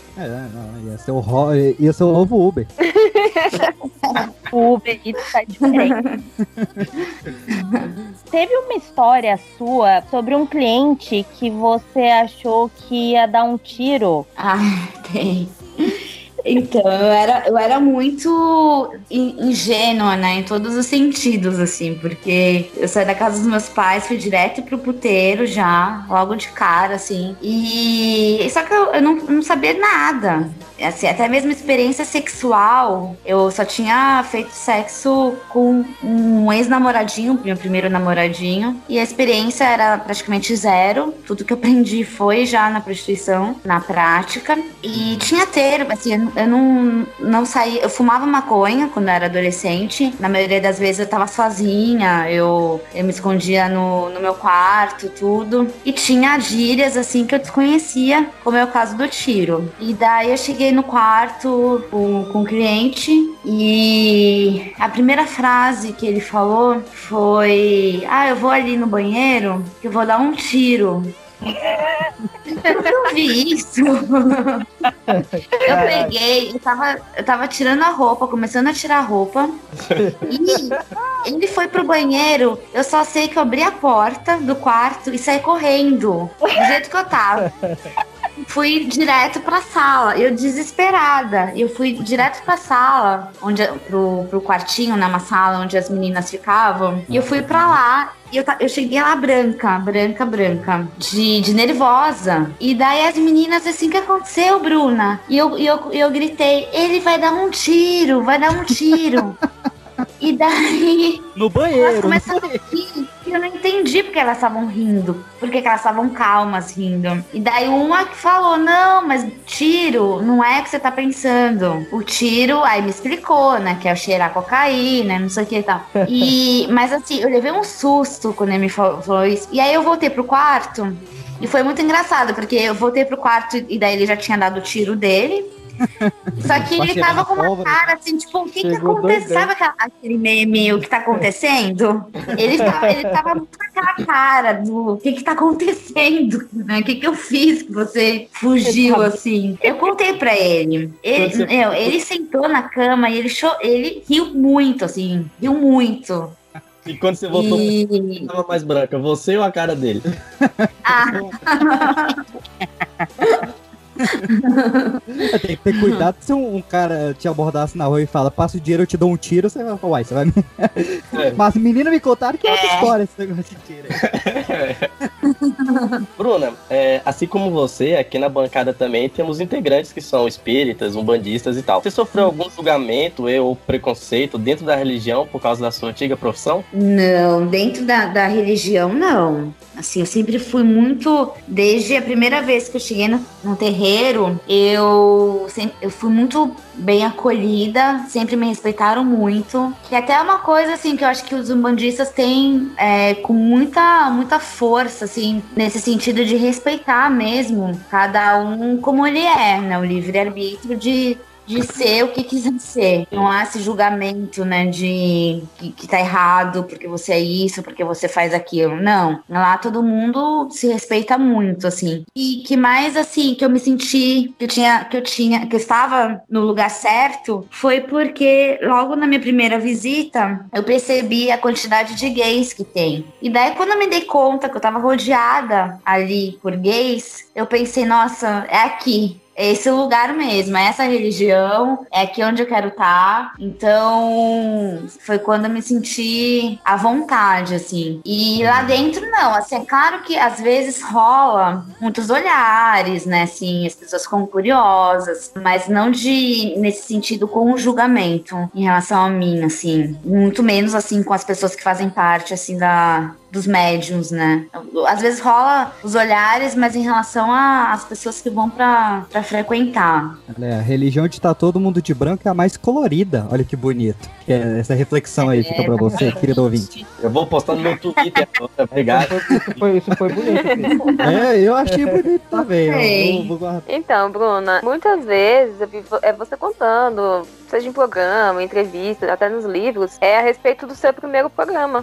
Ia ser o novo Uber. O Uber tá diferente. Teve uma história sua sobre um cliente que você achou que ia dar um tiro? Tem. Então, eu era muito ingênua, né, em todos os sentidos, assim, porque eu saí da casa dos meus pais, fui direto pro puteiro já, logo de cara, assim, e só que eu não sabia nada, assim, até mesmo experiência sexual, eu só tinha feito sexo com um ex-namoradinho, meu primeiro namoradinho, e a experiência era praticamente zero, tudo que eu aprendi foi já na prostituição, na prática, e tinha termo, assim, eu não saía, eu fumava maconha quando eu era adolescente, na maioria das vezes eu tava sozinha, eu me escondia no meu quarto, tudo, e tinha gírias assim que eu desconhecia, como é o caso do tiro. E daí eu cheguei no quarto com o cliente e a primeira frase que ele falou foi: eu vou ali no banheiro que eu vou dar um tiro. Eu vi isso. Eu peguei, eu tava tirando a roupa, começando a tirar a roupa. E ele foi pro banheiro. Eu só sei que eu abri a porta do quarto e saí correndo, do jeito que eu tava. Fui direto pra sala, eu desesperada. Eu fui direto pra sala, pro quartinho, numa sala onde as meninas ficavam. E eu fui pra lá. E eu cheguei lá branca, de nervosa. E daí as meninas, assim, o que aconteceu, Bruna? E eu gritei: ele vai dar um tiro. E daí... No banheiro. Elas começaram a rir. Eu não entendi entendi porque elas estavam rindo, porque elas estavam calmas rindo. E daí uma que falou, não, mas tiro não é o que você tá pensando. O tiro, aí me explicou, né, que é o cheirar cocaína, não sei o que e tal. Mas assim, eu levei um susto quando ele me falou isso. E aí eu voltei pro quarto e foi muito engraçado, porque eu voltei pro quarto e daí ele já tinha dado o tiro dele. Só que ele tava com uma cara assim, tipo, o que aconteceu? Sabe aquele meme, o que tá acontecendo? Ele tava muito com aquela cara do o que tá acontecendo, né? O que eu fiz que você fugiu, assim? Eu contei pra ele. Ele sentou na cama e ele riu muito, assim, riu muito. E quando você voltou, você tava mais branca, você ou a cara dele? Tem que ter cuidado se um cara te abordasse na rua e fala, passa o dinheiro, eu te dou um tiro, você vai falar, uai, você vai me... Mas meninos me contaram que é outra história esse negócio de tiro. Bruna, assim como você, aqui na bancada também temos integrantes que são espíritas, umbandistas e tal. Você sofreu algum julgamento ou preconceito dentro da religião por causa da sua antiga profissão? Não, dentro da religião, não. Assim, eu sempre fui muito... Desde a primeira vez que eu cheguei no terreiro, eu fui muito bem acolhida, sempre me respeitaram muito. E até é uma coisa, assim, que eu acho que os umbandistas têm com muita força, assim, nesse sentido de respeitar mesmo cada um como ele é, né? O livre-arbítrio de ser o que quiser ser. Não há esse julgamento, né, de que tá errado porque você é isso, porque você faz aquilo. Não. Lá todo mundo se respeita muito, assim. E que mais, assim, que eu me senti que eu estava no lugar certo foi porque logo na minha primeira visita eu percebi a quantidade de gays que tem. E daí quando eu me dei conta que eu tava rodeada ali por gays, eu pensei, nossa, é aqui. É esse lugar mesmo, é essa religião, é aqui onde eu quero estar. Então, foi quando eu me senti à vontade, assim. E lá dentro, não. Assim, é claro que às vezes rola muitos olhares, né? Assim, as pessoas ficam curiosas, mas não nesse sentido com o julgamento em relação a mim, assim. Muito menos, assim, com as pessoas que fazem parte, assim, dos médiums, né? Às vezes rola os olhares, mas em relação às pessoas que vão pra frequentar. A religião de estar todo mundo de branco é a mais colorida. Olha que bonito. Essa reflexão aí fica pra você, querido ouvinte. Eu vou postar no meu Twitter agora. Obrigado. Isso foi bonito. Eu achei bonito também. Então, Bruna, muitas vezes eu vi você contando, seja em programa, em entrevista, até nos livros, a respeito do seu primeiro programa.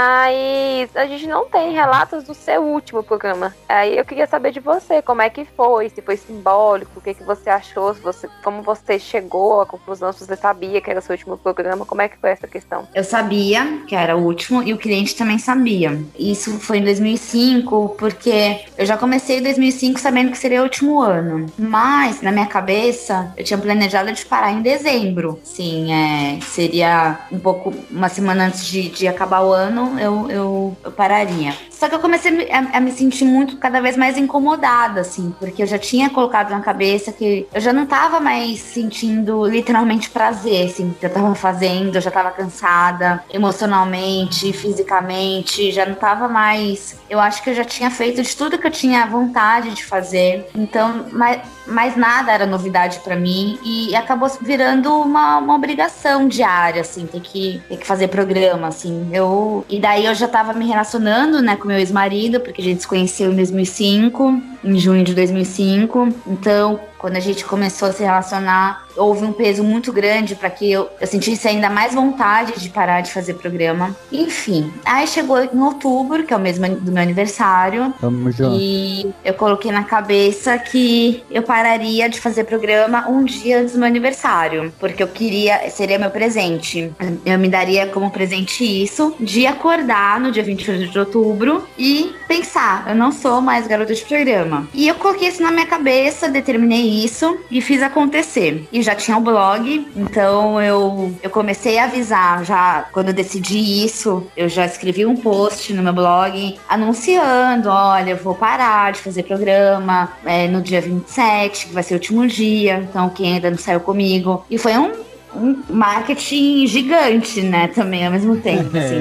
Mas a gente não tem relatos do seu último programa. Aí eu queria saber de você, como é que foi, se foi simbólico, o que você achou, como você chegou à conclusão, se você sabia que era o seu último programa, como é que foi essa questão? Eu sabia que era o último e o cliente também sabia. Isso foi em 2005, porque eu já comecei em 2005 sabendo que seria o último ano. Mas, na minha cabeça, eu tinha planejado de parar em dezembro. Sim, seria uma semana antes de acabar o ano, eu pararia. Só que eu comecei a me sentir cada vez mais incomodada, assim, porque eu já tinha colocado na cabeça que eu já não tava mais sentindo literalmente prazer, assim, que eu tava fazendo, eu já tava cansada emocionalmente, fisicamente, já não tava mais... Eu acho que eu já tinha feito de tudo que eu tinha vontade de fazer, então, mais nada era novidade pra mim e acabou virando uma obrigação diária, assim, ter que fazer programa, assim. E daí eu já tava me relacionando, né, com meu ex-marido, porque a gente se conheceu em 2005, em junho de 2005. Então, quando a gente começou a se relacionar, houve um peso muito grande para que eu sentisse ainda mais vontade de parar de fazer programa. Enfim, aí chegou em outubro, que é o mês do meu aniversário. Tamo junto. E eu coloquei na cabeça que eu pararia de fazer programa um dia antes do meu aniversário, porque eu queria, seria meu presente. Eu me daria como presente isso, de acordar no dia 28 de outubro e pensar, eu não sou mais garota de programa. E eu coloquei isso na minha cabeça, determinei isso e fiz acontecer. E já tinha o blog, então eu comecei a avisar já, quando eu decidi isso, eu já escrevi um post no meu blog anunciando, olha, eu vou parar de fazer programa no dia 27, que vai ser o último dia, então quem ainda não saiu comigo. E foi um marketing gigante, né, também ao mesmo tempo, assim.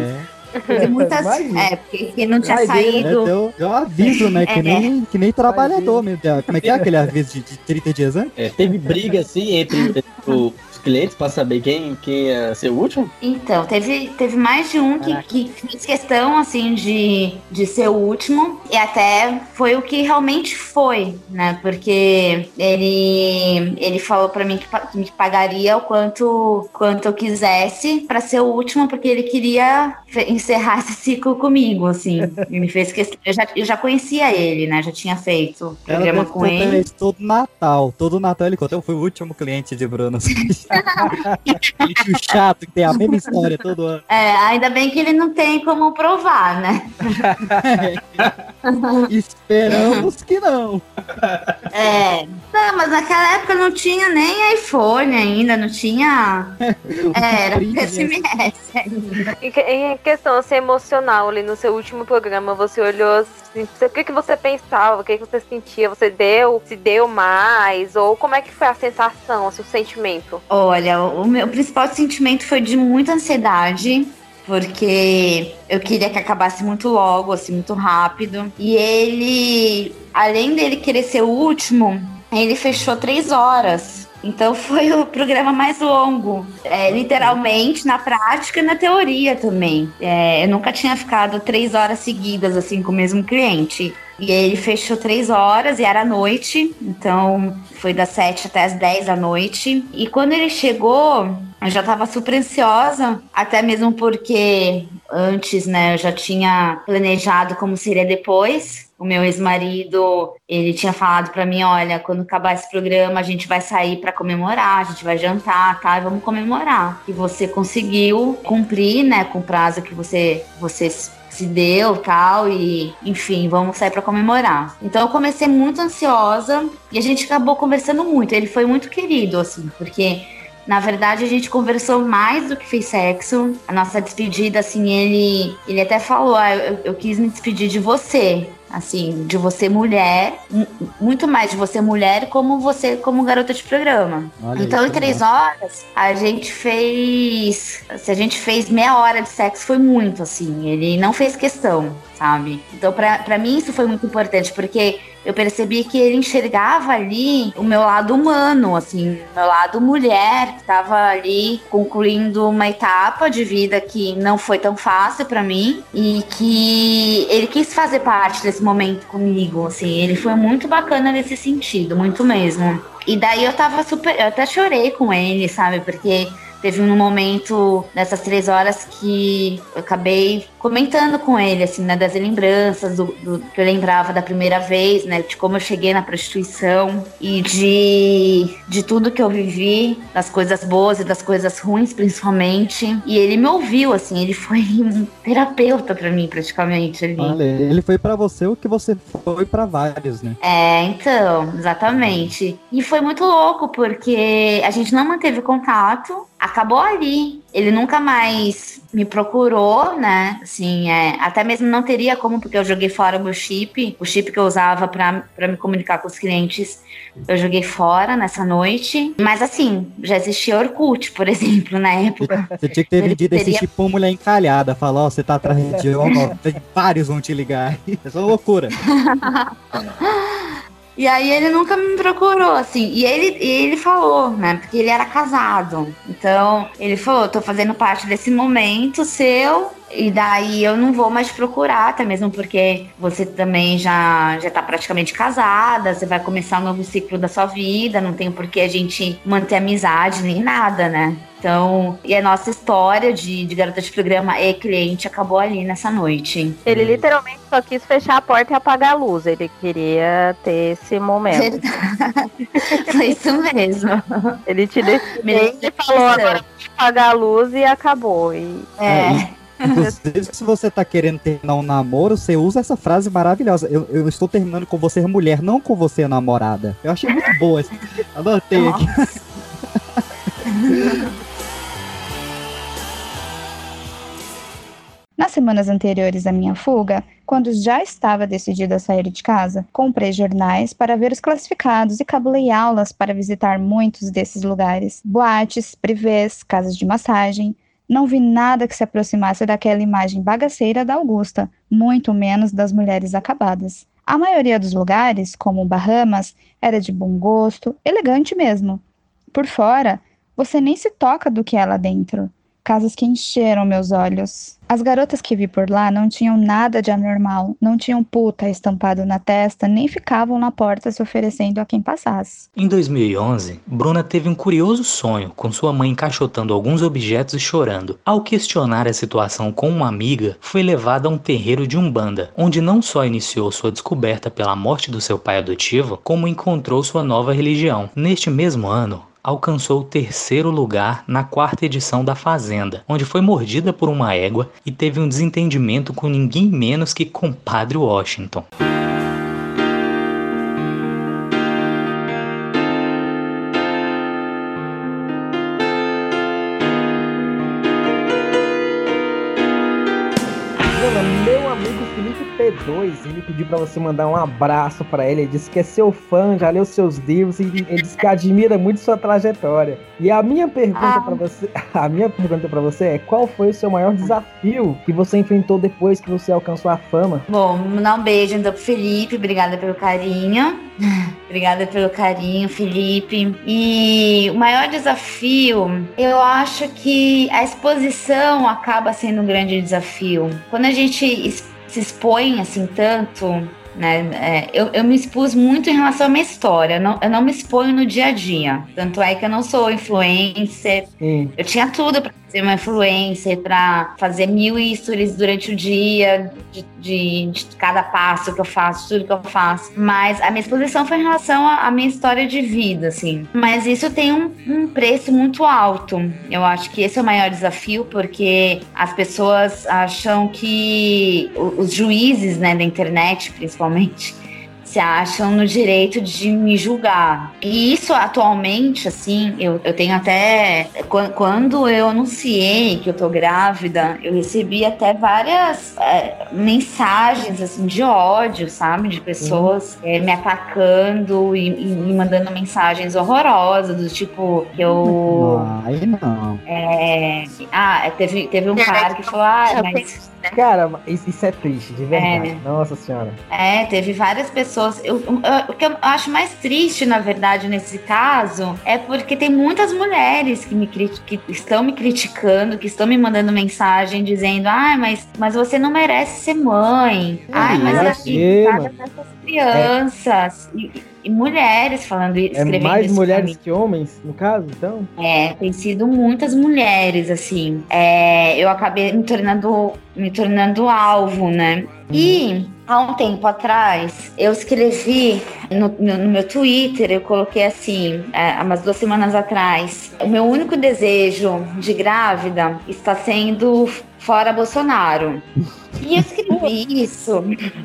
Teve muitas. Porque não tinha saído. Deu um aviso, né? Que nem trabalhador, meu Deus. Como é que é aquele aviso de 30 dias antes? Teve briga assim entre os clientes pra saber quem ia ser o último? Então, teve mais de um que fez questão, assim, de ser o último. E até foi o que realmente foi, né? Porque ele falou pra mim que me pagaria o quanto eu quisesse pra ser o último, porque ele queria encerrar esse ciclo comigo, assim. Ele me fez questão. Eu já conhecia ele, né? Já tinha feito programa com ele. Todo Natal ele conta. Eu fui o último cliente de Bruno. Cliente chato que tem a mesma história todo ano. Ainda bem que ele não tem como provar, né? Esperamos que não. Não, mas naquela época não tinha nem iPhone ainda, não tinha. Era SMS ainda. Em questão assim, emocional, ali no seu último programa, você olhou assim, o que você pensava, o que você sentia? Você se deu mais? Ou como é que foi a sensação, o seu sentimento? Olha, o meu principal sentimento foi de muita ansiedade, porque eu queria que acabasse muito logo, assim, muito rápido. E ele, além dele querer ser o último, ele fechou 3 horas. Então foi o programa mais longo, literalmente, na prática e na teoria também. Eu nunca tinha ficado 3 horas seguidas, assim, com o mesmo cliente. E ele fechou 3 horas e era à noite, então foi das 7 até as 10 da noite. E quando ele chegou, eu já tava super ansiosa, até mesmo porque antes, né, eu já tinha planejado como seria depois. O meu ex-marido, ele tinha falado pra mim, olha, quando acabar esse programa, a gente vai sair pra comemorar, a gente vai jantar, tá? E vamos comemorar. E você conseguiu cumprir, né, com o prazo que você se deu, tal, e enfim, vamos sair pra comemorar. Então eu comecei muito ansiosa e a gente acabou conversando muito. Ele foi muito querido, assim, porque na verdade a gente conversou mais do que fez sexo. A nossa despedida, assim, ele até falou, eu quis me despedir de você, assim, de você mulher, muito mais de você mulher como você como garota de programa. Olha, então em 3 horas a gente fez, se a gente fez meia hora de sexo foi muito, assim, ele não fez questão, sabe? Então pra mim isso foi muito importante, porque eu percebi que ele enxergava ali o meu lado humano, assim, o meu lado mulher, que tava ali concluindo uma etapa de vida que não foi tão fácil pra mim e que ele quis fazer parte desse momento comigo, assim, ele foi muito bacana nesse sentido, muito mesmo. E daí eu até chorei com ele, sabe, porque teve um momento nessas 3 horas que eu acabei comentando com ele, assim, né, das lembranças, do que eu lembrava da primeira vez, né, de como eu cheguei na prostituição e de tudo que eu vivi, das coisas boas e das coisas ruins, principalmente. E ele me ouviu, assim, ele foi um terapeuta pra mim, praticamente, ali. Olha, ele foi pra você o que você foi pra vários, né? Então, exatamente. E foi muito louco, porque a gente não manteve contato, acabou ali. Ele nunca mais me procurou, né? Assim, até mesmo não teria como, porque eu joguei fora o meu chip. O chip que eu usava pra me comunicar com os clientes, eu joguei fora nessa noite. Mas assim, já existia Orkut, por exemplo, na época. Você tinha que ter vendido esse chip pra uma mulher encalhada. Falar, ó, você tá atrás de vários vão te ligar. É só loucura. E aí ele nunca me procurou, assim. E ele falou, né? Porque ele era casado. Então, ele falou, tô fazendo parte desse momento seu. E daí eu não vou mais procurar, até mesmo porque você também já tá praticamente casada, você vai começar um novo ciclo da sua vida, não tem por que a gente manter amizade nem nada, né? Então, e a nossa história de garota de programa e cliente acabou ali nessa noite. Ele literalmente só quis fechar a porta e apagar a luz, ele queria ter esse momento. Verdade. Foi isso mesmo. Ele te decidiu e falou, agora vou apagar a luz e acabou. Inclusive, se você tá querendo terminar um namoro, você usa essa frase maravilhosa. Eu estou terminando com você, mulher, não com você, namorada. Eu achei muito boa. Anotei aqui. Nas semanas anteriores à minha fuga, quando já estava decidida a sair de casa, comprei jornais para ver os classificados e cabulei aulas para visitar muitos desses lugares. Boates, privês, casas de massagem. não vi nada que se aproximasse daquela imagem bagaceira da Augusta, muito menos das mulheres acabadas. A maioria dos lugares, como Bahamas, era de bom gosto, elegante mesmo. Por fora, você nem se toca do que é lá dentro. Casas que encheram meus olhos. As garotas que vi por lá não tinham nada de anormal, não tinham puta estampado na testa, nem ficavam na porta se oferecendo a quem passasse. Em 2011, Bruna teve um curioso sonho, com sua mãe encaixotando alguns objetos e chorando. Ao questionar a situação com uma amiga, foi levada a um terreiro de Umbanda, onde não só iniciou sua descoberta pela morte do seu pai adotivo, como encontrou sua nova religião. Neste mesmo ano, alcançou o 3º lugar na 4ª edição da Fazenda, onde foi mordida por uma égua e teve um desentendimento com ninguém menos que Compadre Washington. Meu amigo Felipe P2, ele pediu pra você mandar um abraço pra ele. Ele disse que é seu fã, já leu seus livros e ele disse que admira muito sua trajetória. E a minha pergunta pra você é: qual foi o seu maior desafio que você enfrentou depois que você alcançou a fama? Bom, vou mandar um beijo então pro Felipe, obrigada pelo carinho. Obrigada pelo carinho, Felipe. E o maior desafio, eu acho que a exposição acaba sendo um grande desafio. Quando a gente se expõe assim tanto, né? Eu me expus muito em relação à minha história. Eu não me exponho no dia a dia. Tanto é que eu não sou influencer. Eu tinha tudo para ser uma influencer, para fazer 1000 stories durante o dia, de cada passo que eu faço, tudo que eu faço. Mas a minha exposição foi em relação à minha história de vida, assim. Mas isso tem um preço muito alto. Eu acho que esse é o maior desafio, porque as pessoas acham que os juízes, né, da internet, principalmente, se acham no direito de me julgar. E isso atualmente, assim, eu tenho até... Quando eu anunciei que eu tô grávida, eu recebi até várias mensagens, assim, de ódio, sabe? De pessoas me atacando e me mandando mensagens horrorosas, do tipo, que eu... Aí não. Teve um cara que falou, mas... Cara, isso é triste, de verdade. Nossa senhora. Teve várias pessoas. O que eu acho mais triste, na verdade, nesse caso, é porque tem muitas mulheres que estão me criticando, que estão me mandando mensagem dizendo: mas você não merece ser mãe. Mas cuidado dessas crianças. E mulheres escrevendo isso. Mais mulheres que homens, no caso, então? Tem sido muitas mulheres, assim. Eu acabei me tornando alvo, né? E há um tempo atrás, eu escrevi no meu Twitter, eu coloquei assim, há umas 2 semanas atrás: o meu único desejo de grávida está sendo fora Bolsonaro. E eu escrevi isso.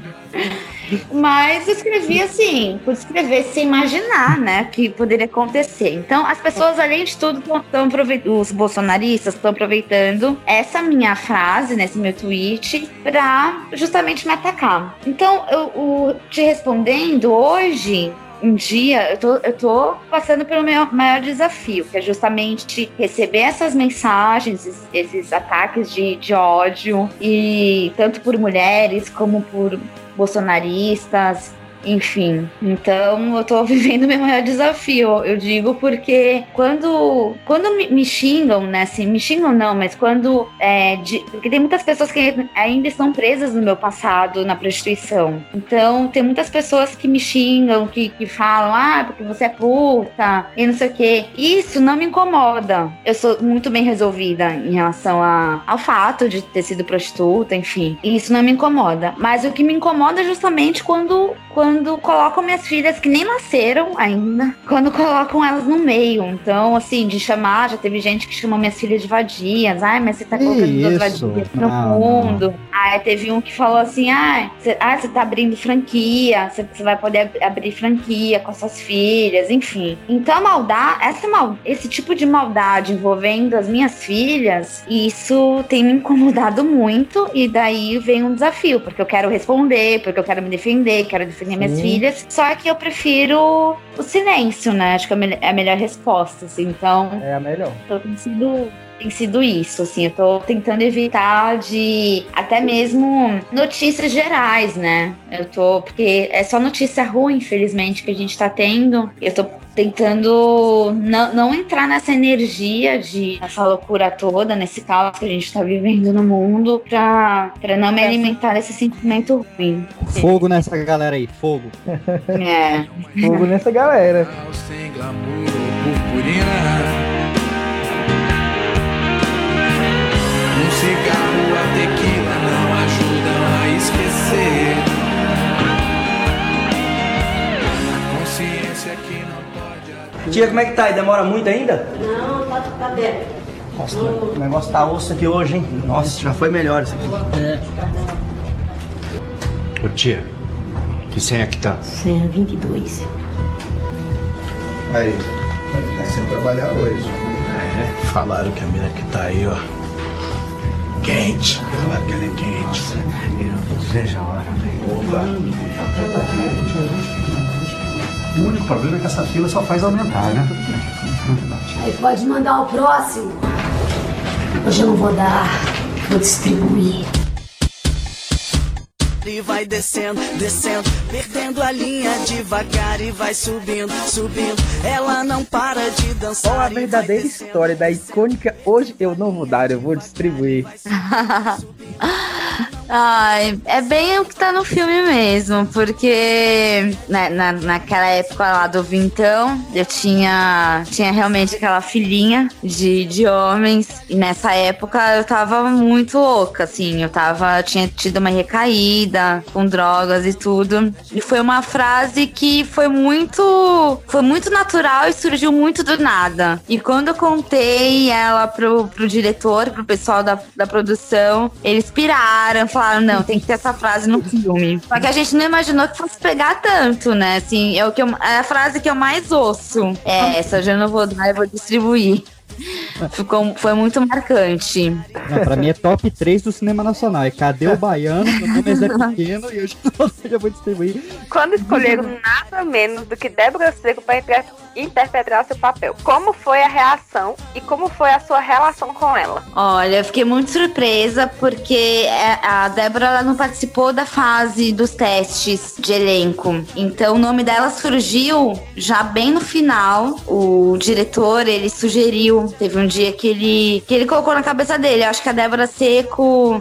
Mas eu escrevi assim, por escrever sem imaginar, né, que poderia acontecer. Então, as pessoas, além de tudo, os bolsonaristas estão aproveitando essa minha frase, nesse meu tweet, pra justamente me atacar. Então, eu te respondendo, hoje em dia, eu tô passando pelo meu maior desafio, que é justamente receber essas mensagens, esses ataques de ódio, e tanto por mulheres como por bolsonaristas, enfim. Então, eu tô vivendo meu maior desafio, eu digo, porque quando me xingam, né, assim, me xingam não, mas quando, porque tem muitas pessoas que ainda estão presas no meu passado, na prostituição. Então, tem muitas pessoas que me xingam, que falam, porque você é puta, e não sei o quê. Isso não me incomoda. Eu sou muito bem resolvida em relação ao fato de ter sido prostituta, enfim. Isso não me incomoda. Mas o que me incomoda é justamente quando colocam minhas filhas, que nem nasceram ainda, quando colocam elas no meio. Então, assim, de chamar, já teve gente que chamou minhas filhas de vadias. Mas você tá colocando duas vadias no mundo. Aí teve um que falou assim, você tá abrindo franquia, você vai poder abrir franquia com as suas filhas, enfim. Então, esse tipo de maldade envolvendo as minhas filhas, isso tem me incomodado muito, e daí vem um desafio, porque eu quero responder, porque eu quero me defender, quero defender minhas filhas, só que eu prefiro o silêncio, né? Acho que é a melhor resposta, assim, então... É a melhor. Tô sido tem sido isso, assim, eu tô tentando evitar de até mesmo notícias gerais, né? Porque é só notícia ruim, infelizmente, que a gente tá tendo. Eu tô tentando não entrar nessa energia essa loucura toda, nesse caos que a gente tá vivendo no mundo, pra não me alimentar desse sentimento ruim. Fogo nessa galera aí, fogo. É. Fogo nessa galera. Sem glamour, purpurina. Um cigarro, a tequila não ajudam a esquecer. A consciência que não pode. Tia, como é que tá aí? Demora muito ainda? Não, pode ficar dentro. Nossa, o negócio tá osso aqui hoje, hein? Nossa, já foi melhor isso aqui. Ô tia, que senha que tá? Senha 22. Aí, tá sem trabalhar hoje. É, falaram que a mina que tá aí, ó. Quente. Falaram que ela é quente. Eu não vejo a hora, velho. Opa. O único problema é que essa fila só faz aumentar, né? Aí pode mandar o próximo. Hoje eu não vou dar, vou distribuir. E vai descendo, descendo, perdendo a linha devagar e vai subindo, subindo. Ela não para de dançar. Qual a verdadeira história da icônica Hoje Eu Não Vou Dar, Eu Vou Distribuir? Ai, é bem o que tá no filme mesmo, porque naquela época lá do Vintão, eu tinha realmente aquela filhinha de homens, e nessa época eu tava muito louca, assim, tinha tido uma recaída com drogas e tudo, e foi uma frase que foi muito natural e surgiu muito do nada, e quando eu contei ela pro diretor, pro pessoal da produção, eles piraram, falaram, não, tem que ter essa frase no filme. Só que a gente não imaginou que fosse pegar tanto, né? Assim, é a frase que eu mais ouço. É essa, já não vou dar, eu vou distribuir. Foi muito marcante. Não, pra mim é top 3 do cinema nacional. É Cadê o Baiano? Meu nome é Zé Pequeno e eu já vou distribuir. Quando escolheram nada menos do que Débora Seco para interpretar seu papel, como foi a reação e como foi a sua relação com ela? Olha, eu fiquei muito surpresa porque a Débora ela não participou da fase dos testes de elenco. Então o nome dela surgiu já bem no final. O diretor, ele sugeriu, teve um dia que ele colocou na cabeça dele, eu acho que a Débora Seco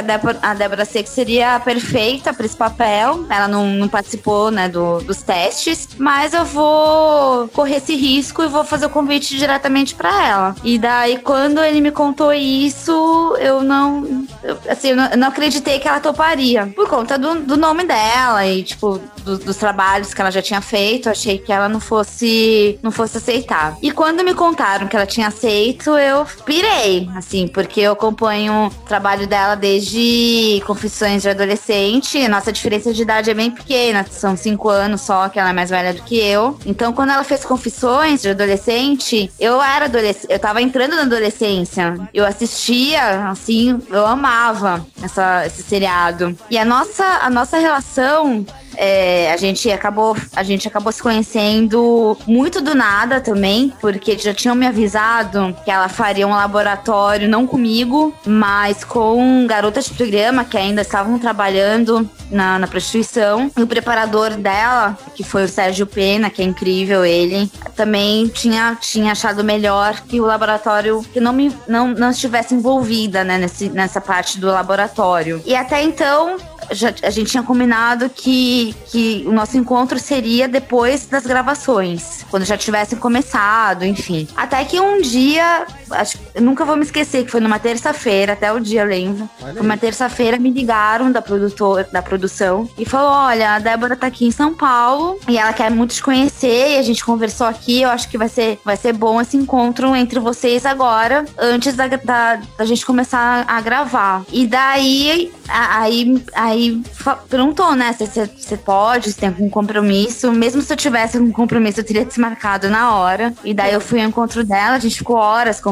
seria perfeita para esse papel. Ela não participou, né, dos testes, mas eu vou correr esse risco e vou fazer o convite diretamente para ela. E daí, quando ele me contou isso, eu não acreditei que ela toparia, por conta do nome dela e, tipo, dos trabalhos que ela já tinha feito. Eu achei que ela não fosse aceitar. E quando me contaram que ela tinha aceito, eu pirei, assim, porque eu acompanho o trabalho dela desde Confissões de Adolescente. Nossa diferença de idade é bem pequena, são 5 anos só, que ela é mais velha do que eu. Então, quando ela fez Confissões de Adolescente, eu tava entrando na adolescência. Eu assistia, assim, eu amava esse seriado. E a nossa relação... a gente acabou se conhecendo muito do nada também, porque já tinham me avisado que ela faria um laboratório, não comigo, mas com garotas de programa que ainda estavam trabalhando na prostituição. E o preparador dela, que foi o Sérgio Pena, que é incrível ele, também tinha achado melhor que o laboratório, que não estivesse envolvida, né, nessa parte do laboratório. E até então, a gente tinha combinado que o nosso encontro seria depois das gravações, quando já tivessem começado, enfim. Até que um dia, eu nunca vou me esquecer, que foi numa terça-feira, até o dia eu lembro. Foi uma terça-feira, me ligaram da produção e falou: olha, a Débora tá aqui em São Paulo e ela quer muito te conhecer, e a gente conversou aqui, eu acho que vai ser bom esse encontro entre vocês agora, antes da gente começar a gravar. E daí, aí perguntou, né, se você pode, se tem algum compromisso. Mesmo se eu tivesse algum compromisso, eu teria desmarcado na hora. E daí eu fui ao encontro dela, a gente ficou horas conversando.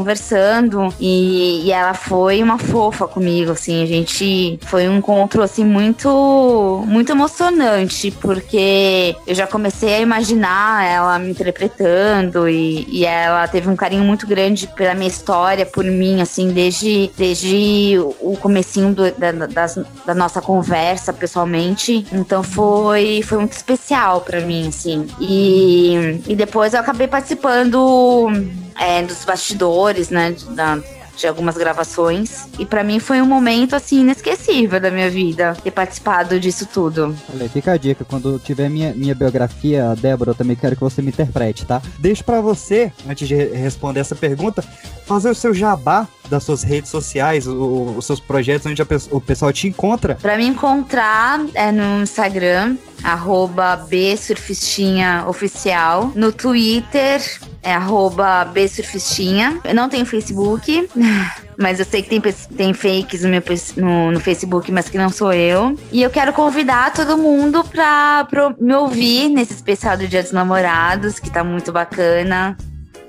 falando e ela foi uma fofa comigo, assim, a gente foi um encontro, assim, muito, muito emocionante, porque eu já comecei a imaginar ela me interpretando e ela teve um carinho muito grande pela minha história, por mim, assim, desde o comecinho da nossa conversa, pessoalmente. Então foi muito especial pra mim, assim. E depois eu acabei participando dos bastidores, né, de algumas gravações. E pra mim foi um momento, assim, inesquecível da minha vida, ter participado disso tudo. Olha, fica a dica, quando tiver minha biografia, Débora, eu também quero que você me interprete, tá? Deixo pra você, antes de responder essa pergunta, fazer o seu jabá das suas redes sociais, os seus projetos, onde o pessoal te encontra. Pra me encontrar é no Instagram, @bsurfistinhaoficial. No Twitter é @bsurfistinha. Eu não tenho Facebook, mas eu sei que tem fakes no Facebook, mas que não sou eu. E eu quero convidar todo mundo pra me ouvir nesse especial do Dia dos Namorados, que tá muito bacana.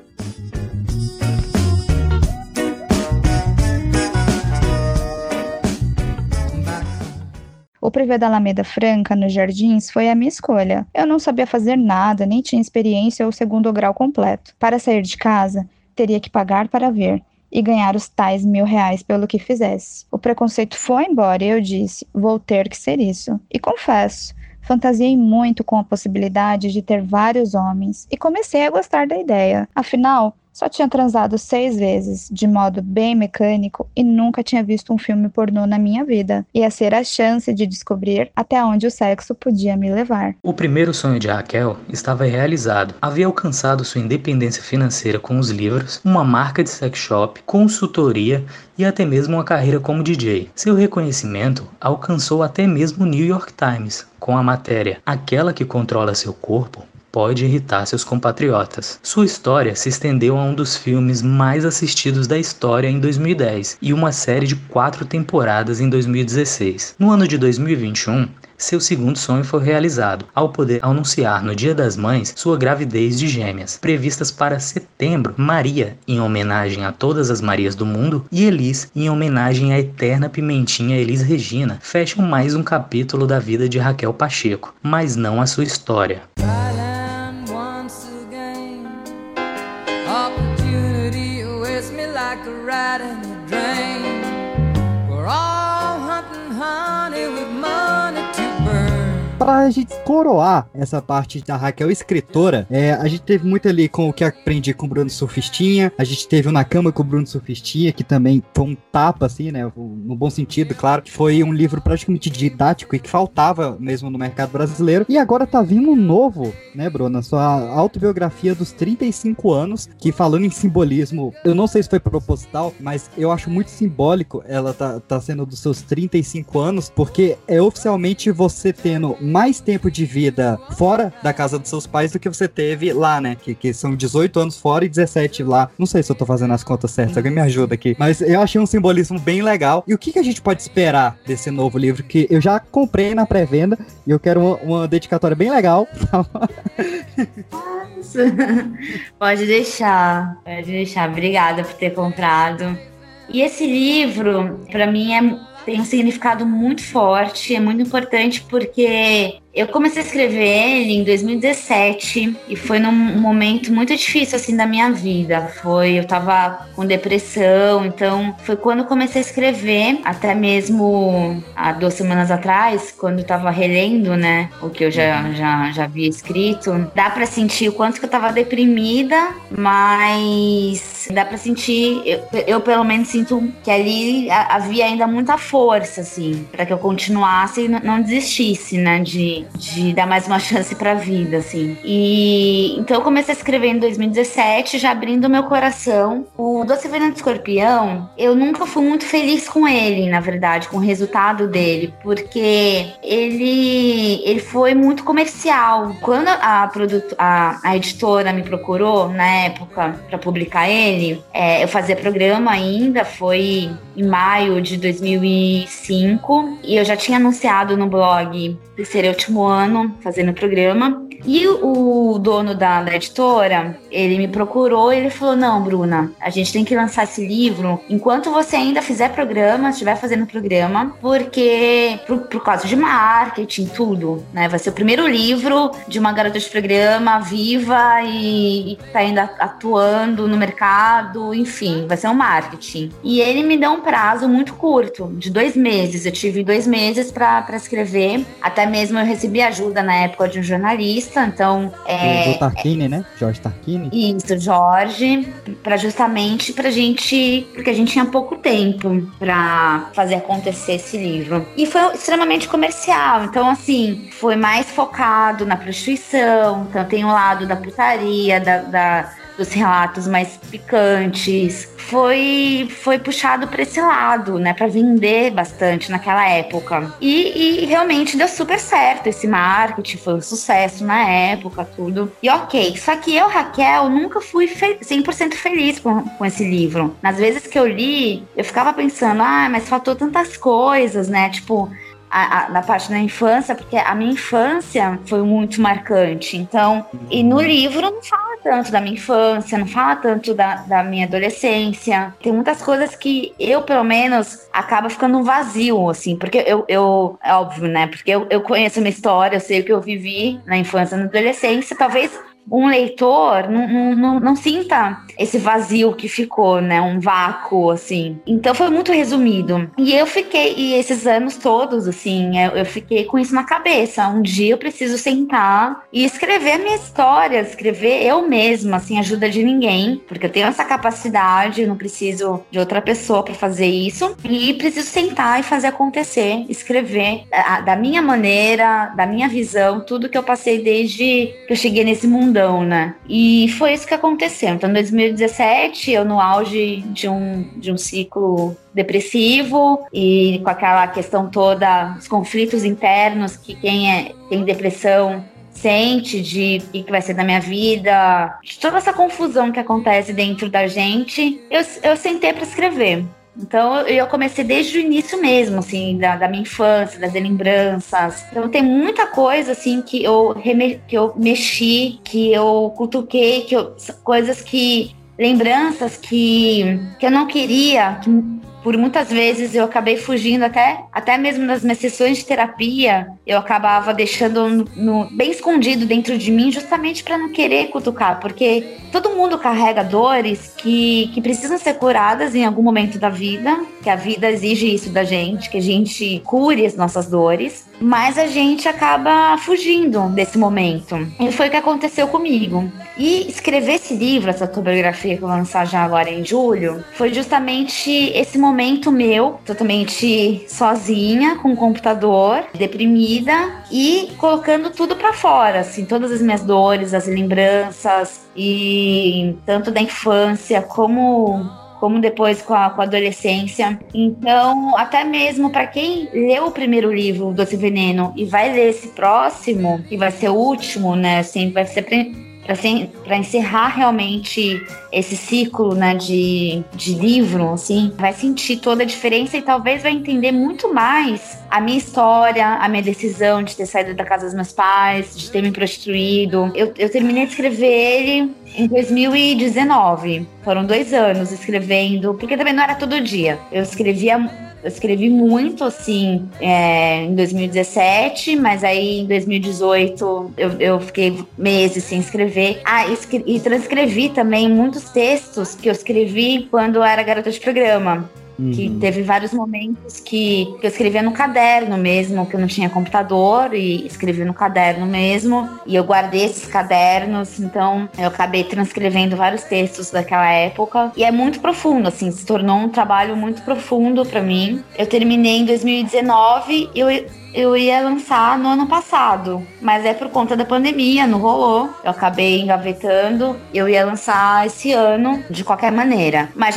O privê da Alameda Franca, nos Jardins, foi a minha escolha. Eu não sabia fazer nada, nem tinha experiência ou segundo grau completo. Para sair de casa, teria que pagar para ver e ganhar os tais R$1.000 pelo que fizesse. O preconceito foi embora e eu disse, vou ter que ser isso. E confesso, fantasiei muito com a possibilidade de ter vários homens e comecei a gostar da ideia. Afinal, só tinha transado 6 vezes, de modo bem mecânico, e nunca tinha visto um filme pornô na minha vida. Ia ser a chance de descobrir até onde o sexo podia me levar. O primeiro sonho de Raquel estava realizado. Havia alcançado sua independência financeira com os livros, uma marca de sex shop, consultoria e até mesmo uma carreira como DJ. Seu reconhecimento alcançou até mesmo o New York Times, com a matéria "Aquela que controla seu corpo pode irritar seus compatriotas". Sua história se estendeu a um dos filmes mais assistidos da história em 2010 e uma série de 4 temporadas em 2016. No ano de 2021, seu segundo sonho foi realizado, ao poder anunciar no Dia das Mães sua gravidez de gêmeas, previstas para setembro. Maria, em homenagem a todas as Marias do mundo, e Elis, em homenagem à eterna pimentinha Elis Regina, fecham mais um capítulo da vida de Raquel Pacheco, mas não a sua história. Opportunity awaits me like a rat in a drain. We're all hunting honey with money to burn. Pra gente coroar essa parte da Raquel escritora, a gente teve muito ali com o que aprendi com o Bruno Surfistinha, a gente teve o Na Cama com o Bruno Surfistinha, que também foi um tapa, assim, né, no bom sentido, claro, que foi um livro praticamente didático e que faltava mesmo no mercado brasileiro, e agora tá vindo um novo, né, Bruno, sua autobiografia dos 35 anos, que falando em simbolismo, eu não sei se foi proposital, mas eu acho muito simbólico ela tá sendo dos seus 35 anos, porque é oficialmente você tendo mais tempo de vida fora da casa dos seus pais do que você teve lá, né? Que são 18 anos fora e 17 lá. Não sei se eu tô fazendo as contas certas, alguém me ajuda aqui. Mas eu achei um simbolismo bem legal. E o que a gente pode esperar desse novo livro? Que eu já comprei na pré-venda e eu quero uma dedicatória bem legal. Pode deixar. Obrigada por ter comprado. E esse livro, pra mim, tem um significado muito forte, é muito importante porque eu comecei a escrever ele em 2017 e foi num momento muito difícil, assim, da minha vida. Eu tava com depressão, então foi quando eu comecei a escrever, até mesmo há 2 semanas atrás, quando eu tava relendo, né, o que eu já havia escrito. Dá pra sentir o quanto que eu tava deprimida, mas dá pra sentir, eu pelo menos sinto que ali havia ainda muita força, assim, pra que eu continuasse e não desistisse, né, de dar mais uma chance pra vida, assim. E então eu comecei a escrever em 2017, já abrindo meu coração. O Doce Veneno do Escorpião, eu nunca fui muito feliz com ele, na verdade, com o resultado dele, porque ele foi muito comercial. Quando a editora me procurou, na época, pra publicar ele, eu fazia programa ainda, foi em maio de 2005, e eu já tinha anunciado no blog que seria o último último ano fazendo o programa. E o dono da editora, ele me procurou e ele falou, não, Bruna, a gente tem que lançar esse livro enquanto você ainda fizer programa, estiver fazendo programa, porque por causa de marketing, tudo, né? Vai ser o primeiro livro de uma garota de programa viva e tá ainda atuando no mercado, enfim, vai ser um marketing. E ele me deu um prazo muito curto, de 2 meses. Eu tive 2 meses para escrever. Até mesmo eu recebi ajuda na época de um jornalista, então... Do Tarquini, né? Jorge Tarquini. Isso, Jorge, justamente pra gente... Porque a gente tinha pouco tempo pra fazer acontecer esse livro. E foi extremamente comercial, então, assim, foi mais focado na prostituição, então tem o lado da putaria, dos relatos mais picantes. Foi puxado para esse lado, né, para vender bastante naquela época. E realmente deu super certo esse marketing, foi um sucesso na época, tudo. E ok, só que eu, Raquel, nunca fui 100% feliz com esse livro. Nas vezes que eu li, eu ficava pensando, mas faltou tantas coisas, né, tipo... na parte da infância, porque a minha infância foi muito marcante. Então, e no livro não fala tanto da minha infância, não fala tanto da minha adolescência. Tem muitas coisas que eu, pelo menos, acaba ficando um vazio, assim, porque eu é óbvio, né? Porque eu conheço a minha história, eu sei o que eu vivi na infância e na adolescência, talvez um leitor não sinta esse vazio que ficou, né? Um vácuo, assim. Então foi muito resumido. E esses anos todos, assim, eu fiquei com isso na cabeça. Um dia eu preciso sentar e escrever a minha história, escrever eu mesma, sem ajuda de ninguém, porque eu tenho essa capacidade, eu não preciso de outra pessoa para fazer isso. E preciso sentar e fazer acontecer, escrever da minha maneira, da minha visão, tudo que eu passei desde que eu cheguei nesse mundo. Né? E foi isso que aconteceu. Então, em 2017, eu no auge de um ciclo depressivo e com aquela questão toda, os conflitos internos que quem tem depressão sente de o que vai ser da minha vida, de toda essa confusão que acontece dentro da gente, eu sentei para escrever. Então, eu comecei desde o início mesmo, assim, da minha infância, das lembranças. Então, tem muita coisa, assim, que eu mexi, que eu cutuquei, coisas que... Lembranças que eu não queria, que por muitas vezes eu acabei fugindo, até mesmo nas minhas sessões de terapia, eu acabava deixando bem escondido dentro de mim, justamente para não querer cutucar, porque todo mundo carrega dores que precisam ser curadas em algum momento da vida, que a vida exige isso da gente, que a gente cure as nossas dores, mas a gente acaba fugindo desse momento. E foi o que aconteceu comigo. E escrever esse livro, essa autobiografia que eu vou lançar já agora em julho, foi justamente esse momento meu, totalmente sozinha, com o computador, deprimida e colocando tudo pra fora, assim, todas as minhas dores, as lembranças, e tanto da infância como depois com a adolescência. Então, até mesmo para quem leu o primeiro livro, Doce Veneno, e vai ler esse próximo, que vai ser o último, né, assim, vai ser para encerrar realmente esse ciclo, né, de livro, assim, vai sentir toda a diferença e talvez vai entender muito mais a minha história, a minha decisão de ter saído da casa dos meus pais, de ter me prostituído. Eu terminei de escrever ele em 2019. Foram 2 anos escrevendo, porque também não era todo dia. Eu escrevi muito, assim, em 2017, mas aí em 2018 eu fiquei meses sem escrever. E transcrevi também muitos textos que eu escrevi quando eu era garota de programa. Que teve vários momentos que eu escrevia no caderno mesmo, que eu não tinha computador, e escrevia no caderno mesmo, e eu guardei esses cadernos, então eu acabei transcrevendo vários textos daquela época, e é muito profundo, assim, se tornou um trabalho muito profundo pra mim. Eu terminei em 2019 e eu ia lançar no ano passado, mas por conta da pandemia, não rolou. Eu acabei engavetando, eu ia lançar esse ano, de qualquer maneira. Mas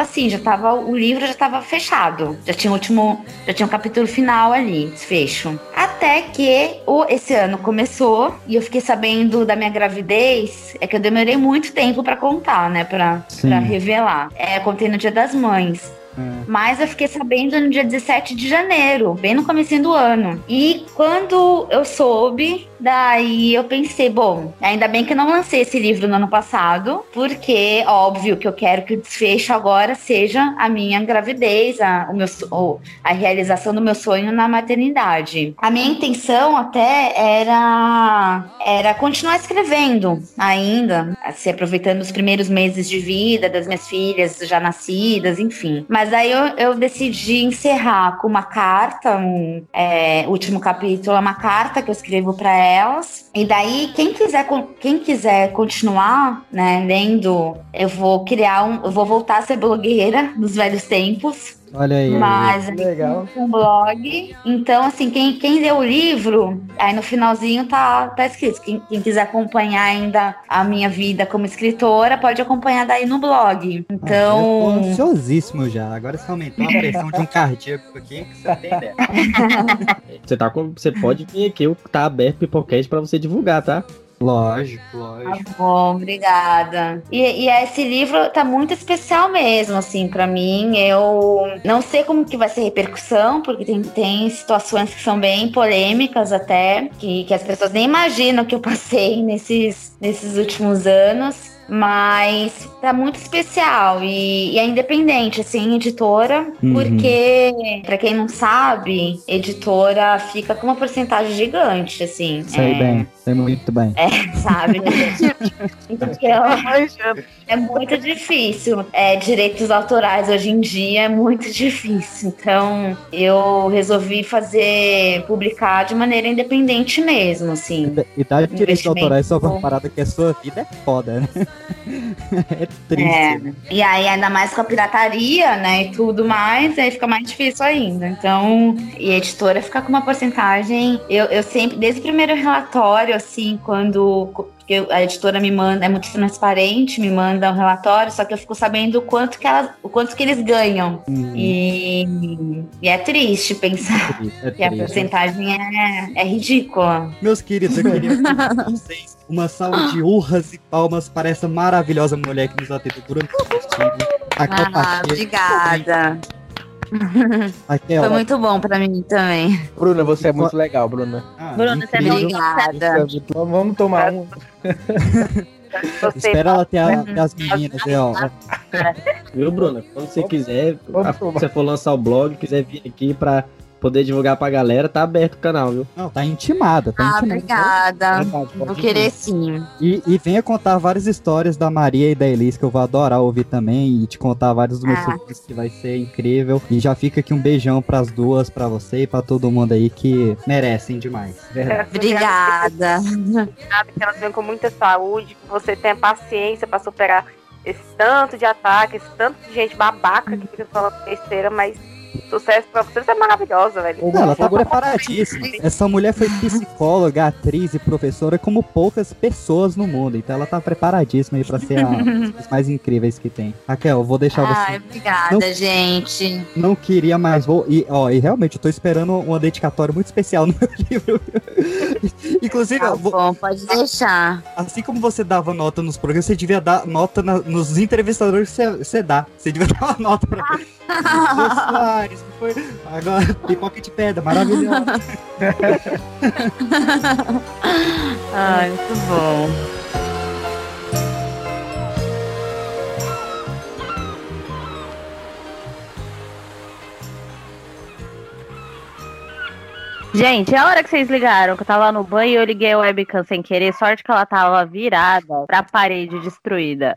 o livro já estava fechado. Já tinha um capítulo final ali, desfecho. Até que esse ano começou e eu fiquei sabendo da minha gravidez, que eu demorei muito tempo pra contar, né, pra revelar. Eu contei no Dia das Mães. Mas eu fiquei sabendo no dia 17 de janeiro, bem no comecinho do ano. E quando eu soube, daí eu pensei, bom, ainda bem que eu não lancei esse livro no ano passado, porque, óbvio, que eu quero que o desfecho agora seja a minha gravidez, a realização do meu sonho na maternidade. A minha intenção até era continuar escrevendo ainda, se aproveitando os primeiros meses de vida das minhas filhas já nascidas, enfim. Mas aí eu decidi encerrar com uma carta, o último capítulo é uma carta que eu escrevo para elas. E daí, quem quiser continuar, né, lendo, eu vou voltar a ser blogueira nos velhos tempos. Olha aí. Mas legal. Um blog. Então, assim, quem lê o livro, aí no finalzinho tá escrito. Quem quiser acompanhar ainda a minha vida como escritora, pode acompanhar daí no blog. Então. Eu tô ansiosíssimo já. Agora você aumentou a pressão de um cardíaco aqui, que você tem ideia. Você pode vir aqui, tá aberto o Pipocast pra você divulgar, tá? Lógico. Tá bom, obrigada. E esse livro tá muito especial mesmo, assim, pra mim. Eu não sei como que vai ser a repercussão, porque tem situações que são bem polêmicas até, que as pessoas nem imaginam que eu passei nesses últimos anos. Mas tá muito especial e é independente, assim, editora, porque, pra quem não sabe, editora fica com uma porcentagem gigante, assim. Sei muito bem. Sabe, né? Então, é muito difícil. Direitos autorais hoje em dia é muito difícil. Então, eu resolvi publicar de maneira independente mesmo, assim. E dar direitos autorais só uma parada que a sua vida é foda, né? É triste. Né? E aí, ainda mais com a pirataria, né, e tudo mais, aí fica mais difícil ainda. Então, e a editora fica com uma porcentagem. Eu sempre, desde o primeiro relatório, assim, porque a editora me manda, é muito transparente, me manda um relatório, só que eu fico sabendo o quanto que eles ganham. E é triste pensar que a porcentagem é ridícula. Meus queridos, eu queria que vocês uma salva de urras e palmas para essa maravilhosa mulher que nos atendeu durante o tempo. Obrigada. Foi muito bom pra mim também. Bruna, você é muito legal, Bruna. Bruna, você é obrigada. Vamos tomar um. Espera ela ter as meninas aí, ó. Viu, Bruna? Quando você quiser, se você for lançar o blog, quiser vir aqui pra poder divulgar pra galera, tá aberto o canal, viu? Não, tá intimada. Obrigada. Vou querer sim. E venha contar várias histórias da Maria e da Elis, que eu vou adorar ouvir também, e te contar vários dos meus filhos, que vai ser incrível. E já fica aqui um beijão pras duas, pra você e pra todo mundo aí que merecem demais. Verdade. Obrigada. Que elas venham com muita saúde, que você tenha paciência pra superar esse tanto de ataque, esse tanto de gente babaca que fica falando besteira, mas sucesso pra você é maravilhosa, velho. Ela tá preparadíssima. Essa mulher foi psicóloga, atriz e professora como poucas pessoas no mundo. Então ela tá preparadíssima aí pra ser as mais incríveis que tem. Raquel, eu vou deixar você. Obrigada, gente. Não queria mais. E realmente, eu tô esperando uma dedicatória muito especial no meu livro. Inclusive, bom, pode deixar. Assim como você dava nota nos programas, você devia dar nota nos entrevistadores que você dá. Você devia dar uma nota pra mim. Foi... Agora, pipoca de pedra, maravilhoso. Ai, muito bom. Gente, a hora que vocês ligaram, que eu tava no banho e eu liguei a webcam sem querer, sorte que ela tava virada pra parede destruída.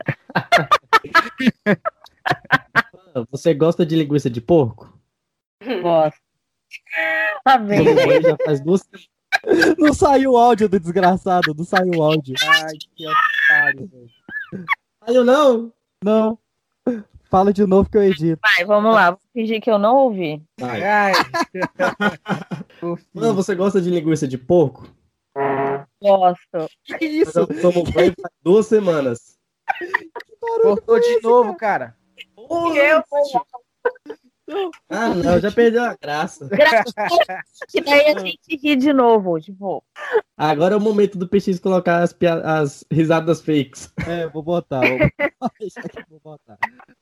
Você gosta de linguiça de porco? Gosto. Amém. Já faz 2 semanas. Não saiu o áudio do desgraçado, não saiu o áudio. Ai, que otário, velho. Saiu não? Não. Fala de novo que eu edito. Vai, vamos lá, vou fingir que eu não ouvi. Ai. Mano, você gosta de linguiça de porco? Gosto. Que isso? Eu tomo banho faz 2 semanas. Cortou de novo, cara. Não, já perdeu a graça. Que daí a gente ri de novo, tipo. Agora é o momento do PX colocar as risadas fakes. Vou botar. Vou botar.